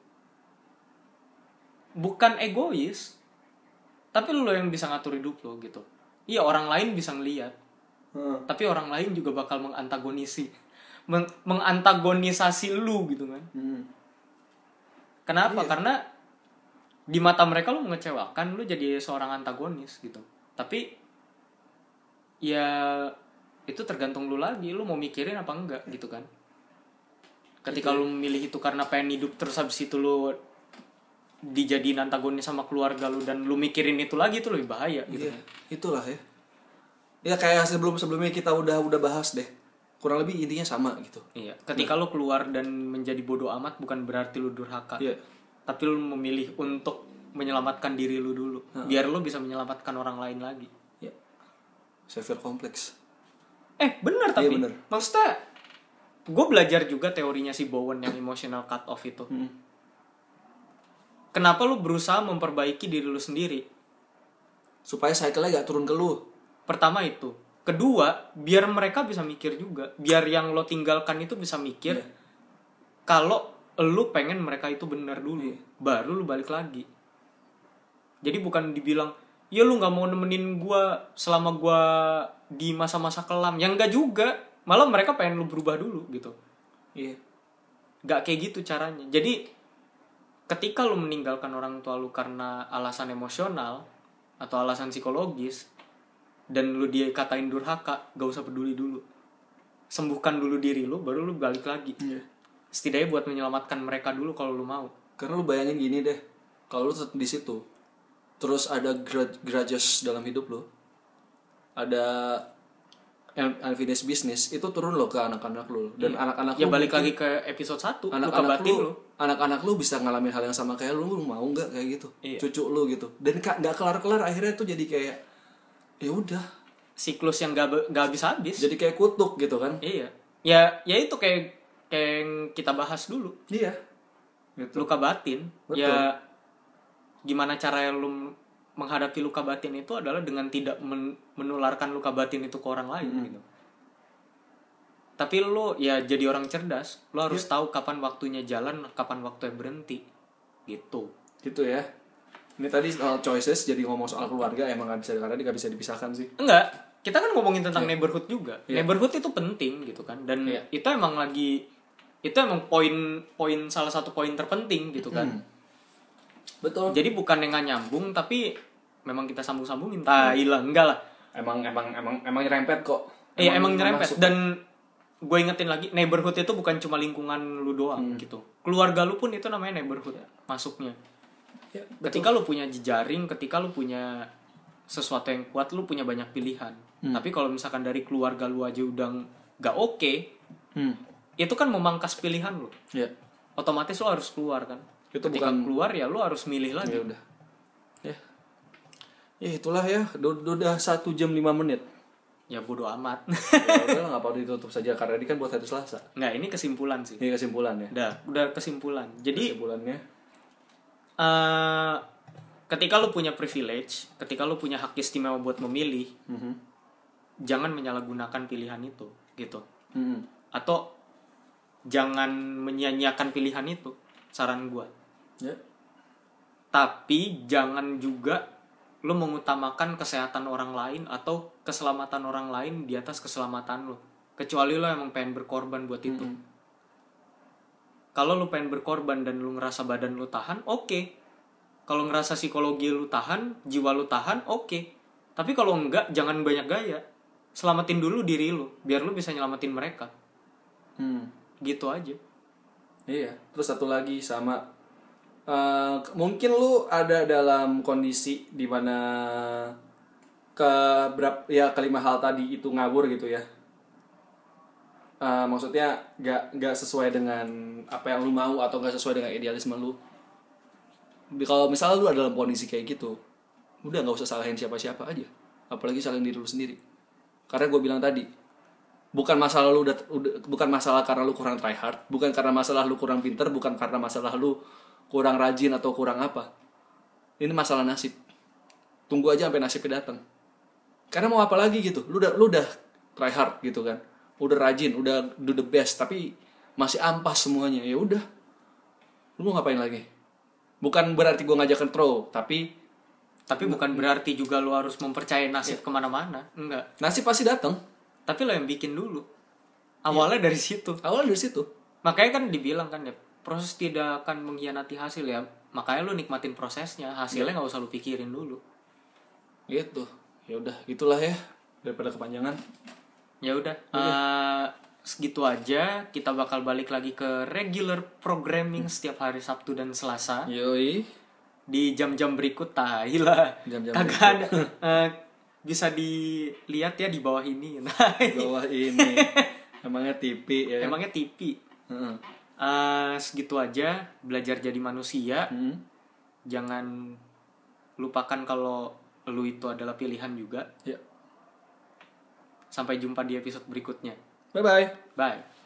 Bukan egois, tapi lo yang bisa ngatur hidup lo gitu. Iya, orang lain bisa ngeliat, Heeh. tapi orang lain juga bakal mengantagonisi, meng- mengantagonisasi lu gitu kan. Hmm. Kenapa? Iya. Karena di mata mereka lo mengecewakan, lo jadi seorang antagonis gitu. Tapi ya itu tergantung lu lagi, lu mau mikirin apa enggak gitu kan. Ketika Itu. lu memilih itu karena pengen hidup terus habis itu lu dijadiin antagonis sama keluarga lu dan lu mikirin itu lagi, itu lebih bahaya gitu Iya, kan. itulah ya. Ya kayak sebelum-sebelumnya kita udah udah bahas deh. Kurang lebih intinya sama gitu. Iya, ketika lu keluar dan menjadi bodoh amat bukan berarti lu durhaka. Iya. Tapi lu memilih untuk menyelamatkan diri lu dulu, biar lu bisa menyelamatkan orang lain lagi. Ya. Severe kompleks. Eh bener tapi Iya, bener. maksudnya gue belajar juga teorinya si Bowen yang emotional cut off itu. Hmm. Kenapa lu berusaha memperbaiki diri lu sendiri? Supaya cycle-nya gak turun ke lu. Pertama itu. Kedua, biar mereka bisa mikir juga. Biar yang lo tinggalkan itu bisa mikir. Iya. Kalau lu pengen mereka itu benar dulu. Iya. Baru lu balik lagi. Jadi bukan dibilang, ya lu gak mau nemenin gue selama gue di masa-masa kelam. Ya enggak juga. Malah mereka pengen lu berubah dulu gitu. Iya. Gak kayak gitu caranya. Jadi ketika lu meninggalkan orang tua lu karena alasan emosional atau alasan psikologis dan lu dia katain durhaka, gak usah peduli dulu. Sembuhkan dulu diri lu, baru lu balik lagi. Iya. Setidaknya buat menyelamatkan mereka dulu kalau lu mau. Karena lu bayangin gini deh. Kalau lu tetap di situ, terus ada grudge- grudges dalam hidup lu, ada unfinished business, itu turun lo ke anak-anak lu. Dan Iya. anak-anak Ya lu balik mungkin- lagi ke episode satu, luka anak-anak batin lu, lu. anak-anak lu bisa ngalamin hal yang sama kayak lu, lu mau nggak kayak gitu, Iya. cucu lu gitu, dan ka- nggak kelar-kelar akhirnya tuh jadi kayak ya udah, Siklus yang gak, gak habis-habis. jadi kayak kutuk gitu kan. Iya. Ya ya itu kayak kayak yang kita bahas dulu. Iya, gitu. Luka batin. Betul. Ya gimana cara lu menghadapi luka batin itu adalah dengan tidak men- menularkan luka batin itu ke orang lain Mm-hmm. gitu. Tapi lu ya jadi orang cerdas, lu harus Iya. tahu kapan waktunya jalan, kapan waktunya berhenti. Gitu. Gitu ya. Ini tadi soal choices, jadi ngomong soal keluarga emang nggak bisa, karena nggak bisa dipisahkan sih. Enggak, kita kan ngomongin tentang Iya. neighborhood juga. Iya. Neighborhood itu penting gitu kan. Dan Iya. itu emang lagi itu emang poin poin salah satu poin terpenting gitu kan. Hmm. Betul. Jadi bukan yang nggak nyambung tapi memang kita sambung-sambungin. Tai lah, enggak lah. Emang emang emang emang nyerempet kok. Iya emang nyerempet. masuk. Dan gue ingetin lagi, neighborhood itu bukan cuma lingkungan lu doang Hmm. gitu. Keluarga lu pun itu namanya neighborhood masuknya. Ya, Ketika lu punya jejaring, ketika lu punya sesuatu yang kuat, lu punya banyak pilihan. Hmm. Tapi kalau misalkan dari keluarga lu aja udah nggak oke, Hmm. itu kan memangkas pilihan lo. Ya. Otomatis lo harus keluar kan. Itu Ketika bukan keluar ya lo harus milih lagi. Ya udah. Ya. Ya itulah ya. Udah, udah satu jam lima menit. Ya bodo amat. Ya udah nggak apa-apa ditutup saja karena ini kan buat hari Selasa. Nggak, ini kesimpulan sih. Ini kesimpulan ya. Udah, udah kesimpulan. Jadi Kesimpulannya. eh ketika lo punya privilege, ketika lo punya hak istimewa buat memilih, Mhm. jangan menyalahgunakan pilihan itu, gitu. Mhm. Atau jangan menyia-nyiakan pilihan itu, saran gua. Ya. Tapi jangan juga lo mengutamakan kesehatan orang lain atau keselamatan orang lain di atas keselamatan lo. Kecuali lo emang pengen berkorban buat itu. Mhm. Kalau lo pengen berkorban dan lo ngerasa badan lo tahan, oke. Kalau ngerasa psikologi lo tahan, jiwa lo tahan, oke. Tapi kalau enggak, jangan banyak gaya. Selamatin dulu diri lo, biar lo bisa nyelamatin mereka. Hmm. Gitu aja. Iya. Terus satu lagi sama eh, mungkin lu ada dalam kondisi di mana ke berap, ya kelima hal tadi itu ngawur gitu ya. Eh, maksudnya gak, gak sesuai dengan apa yang lu mau atau gak sesuai dengan idealisme lu. Kalau misalnya lu ada dalam kondisi kayak gitu, udah gak usah salahin siapa-siapa aja. Apalagi salahin diri lu sendiri. Karena gue bilang tadi, bukan masalah lu udah, udah bukan masalah karena lu kurang try hard, bukan karena masalah lu kurang pinter, bukan karena masalah lu kurang rajin atau kurang apa. Ini masalah nasib. Tunggu aja sampai nasibnya datang. Karena mau apa lagi gitu? Lu udah lu udah try hard gitu kan. Udah rajin, udah do the best, tapi masih ampas semuanya. Ya udah. Lu mau ngapain lagi? Bukan berarti gue ngajak control, tapi Tapi bukan berarti juga lo harus mempercayai nasib kemana-mana. Enggak. nasib pasti datang. Tapi lo yang bikin dulu. Awalnya dari situ. Awalnya dari situ. Makanya kan dibilang kan ya, proses tidak akan mengkhianati hasil ya. Makanya lo nikmatin prosesnya, hasilnya nggak usah lo pikirin dulu. Gitu. Ya udah, gitulah ya. Daripada kepanjangan. Ya udah, eh, segitu aja. Kita bakal balik lagi ke regular programming setiap hari Sabtu dan Selasa. Yoi. Di jam-jam berikut, tahi lah. Jam-jam Kagak ada. Eh, bisa dilihat ya di bawah ini. Di bawah ini. Emangnya T V ya. Emangnya T V. Heeh. Eh, segitu aja, belajar jadi manusia. Hmm. Jangan lupakan kalau lu itu adalah pilihan juga. Ya. Sampai jumpa di episode berikutnya. Bye bye. Bye.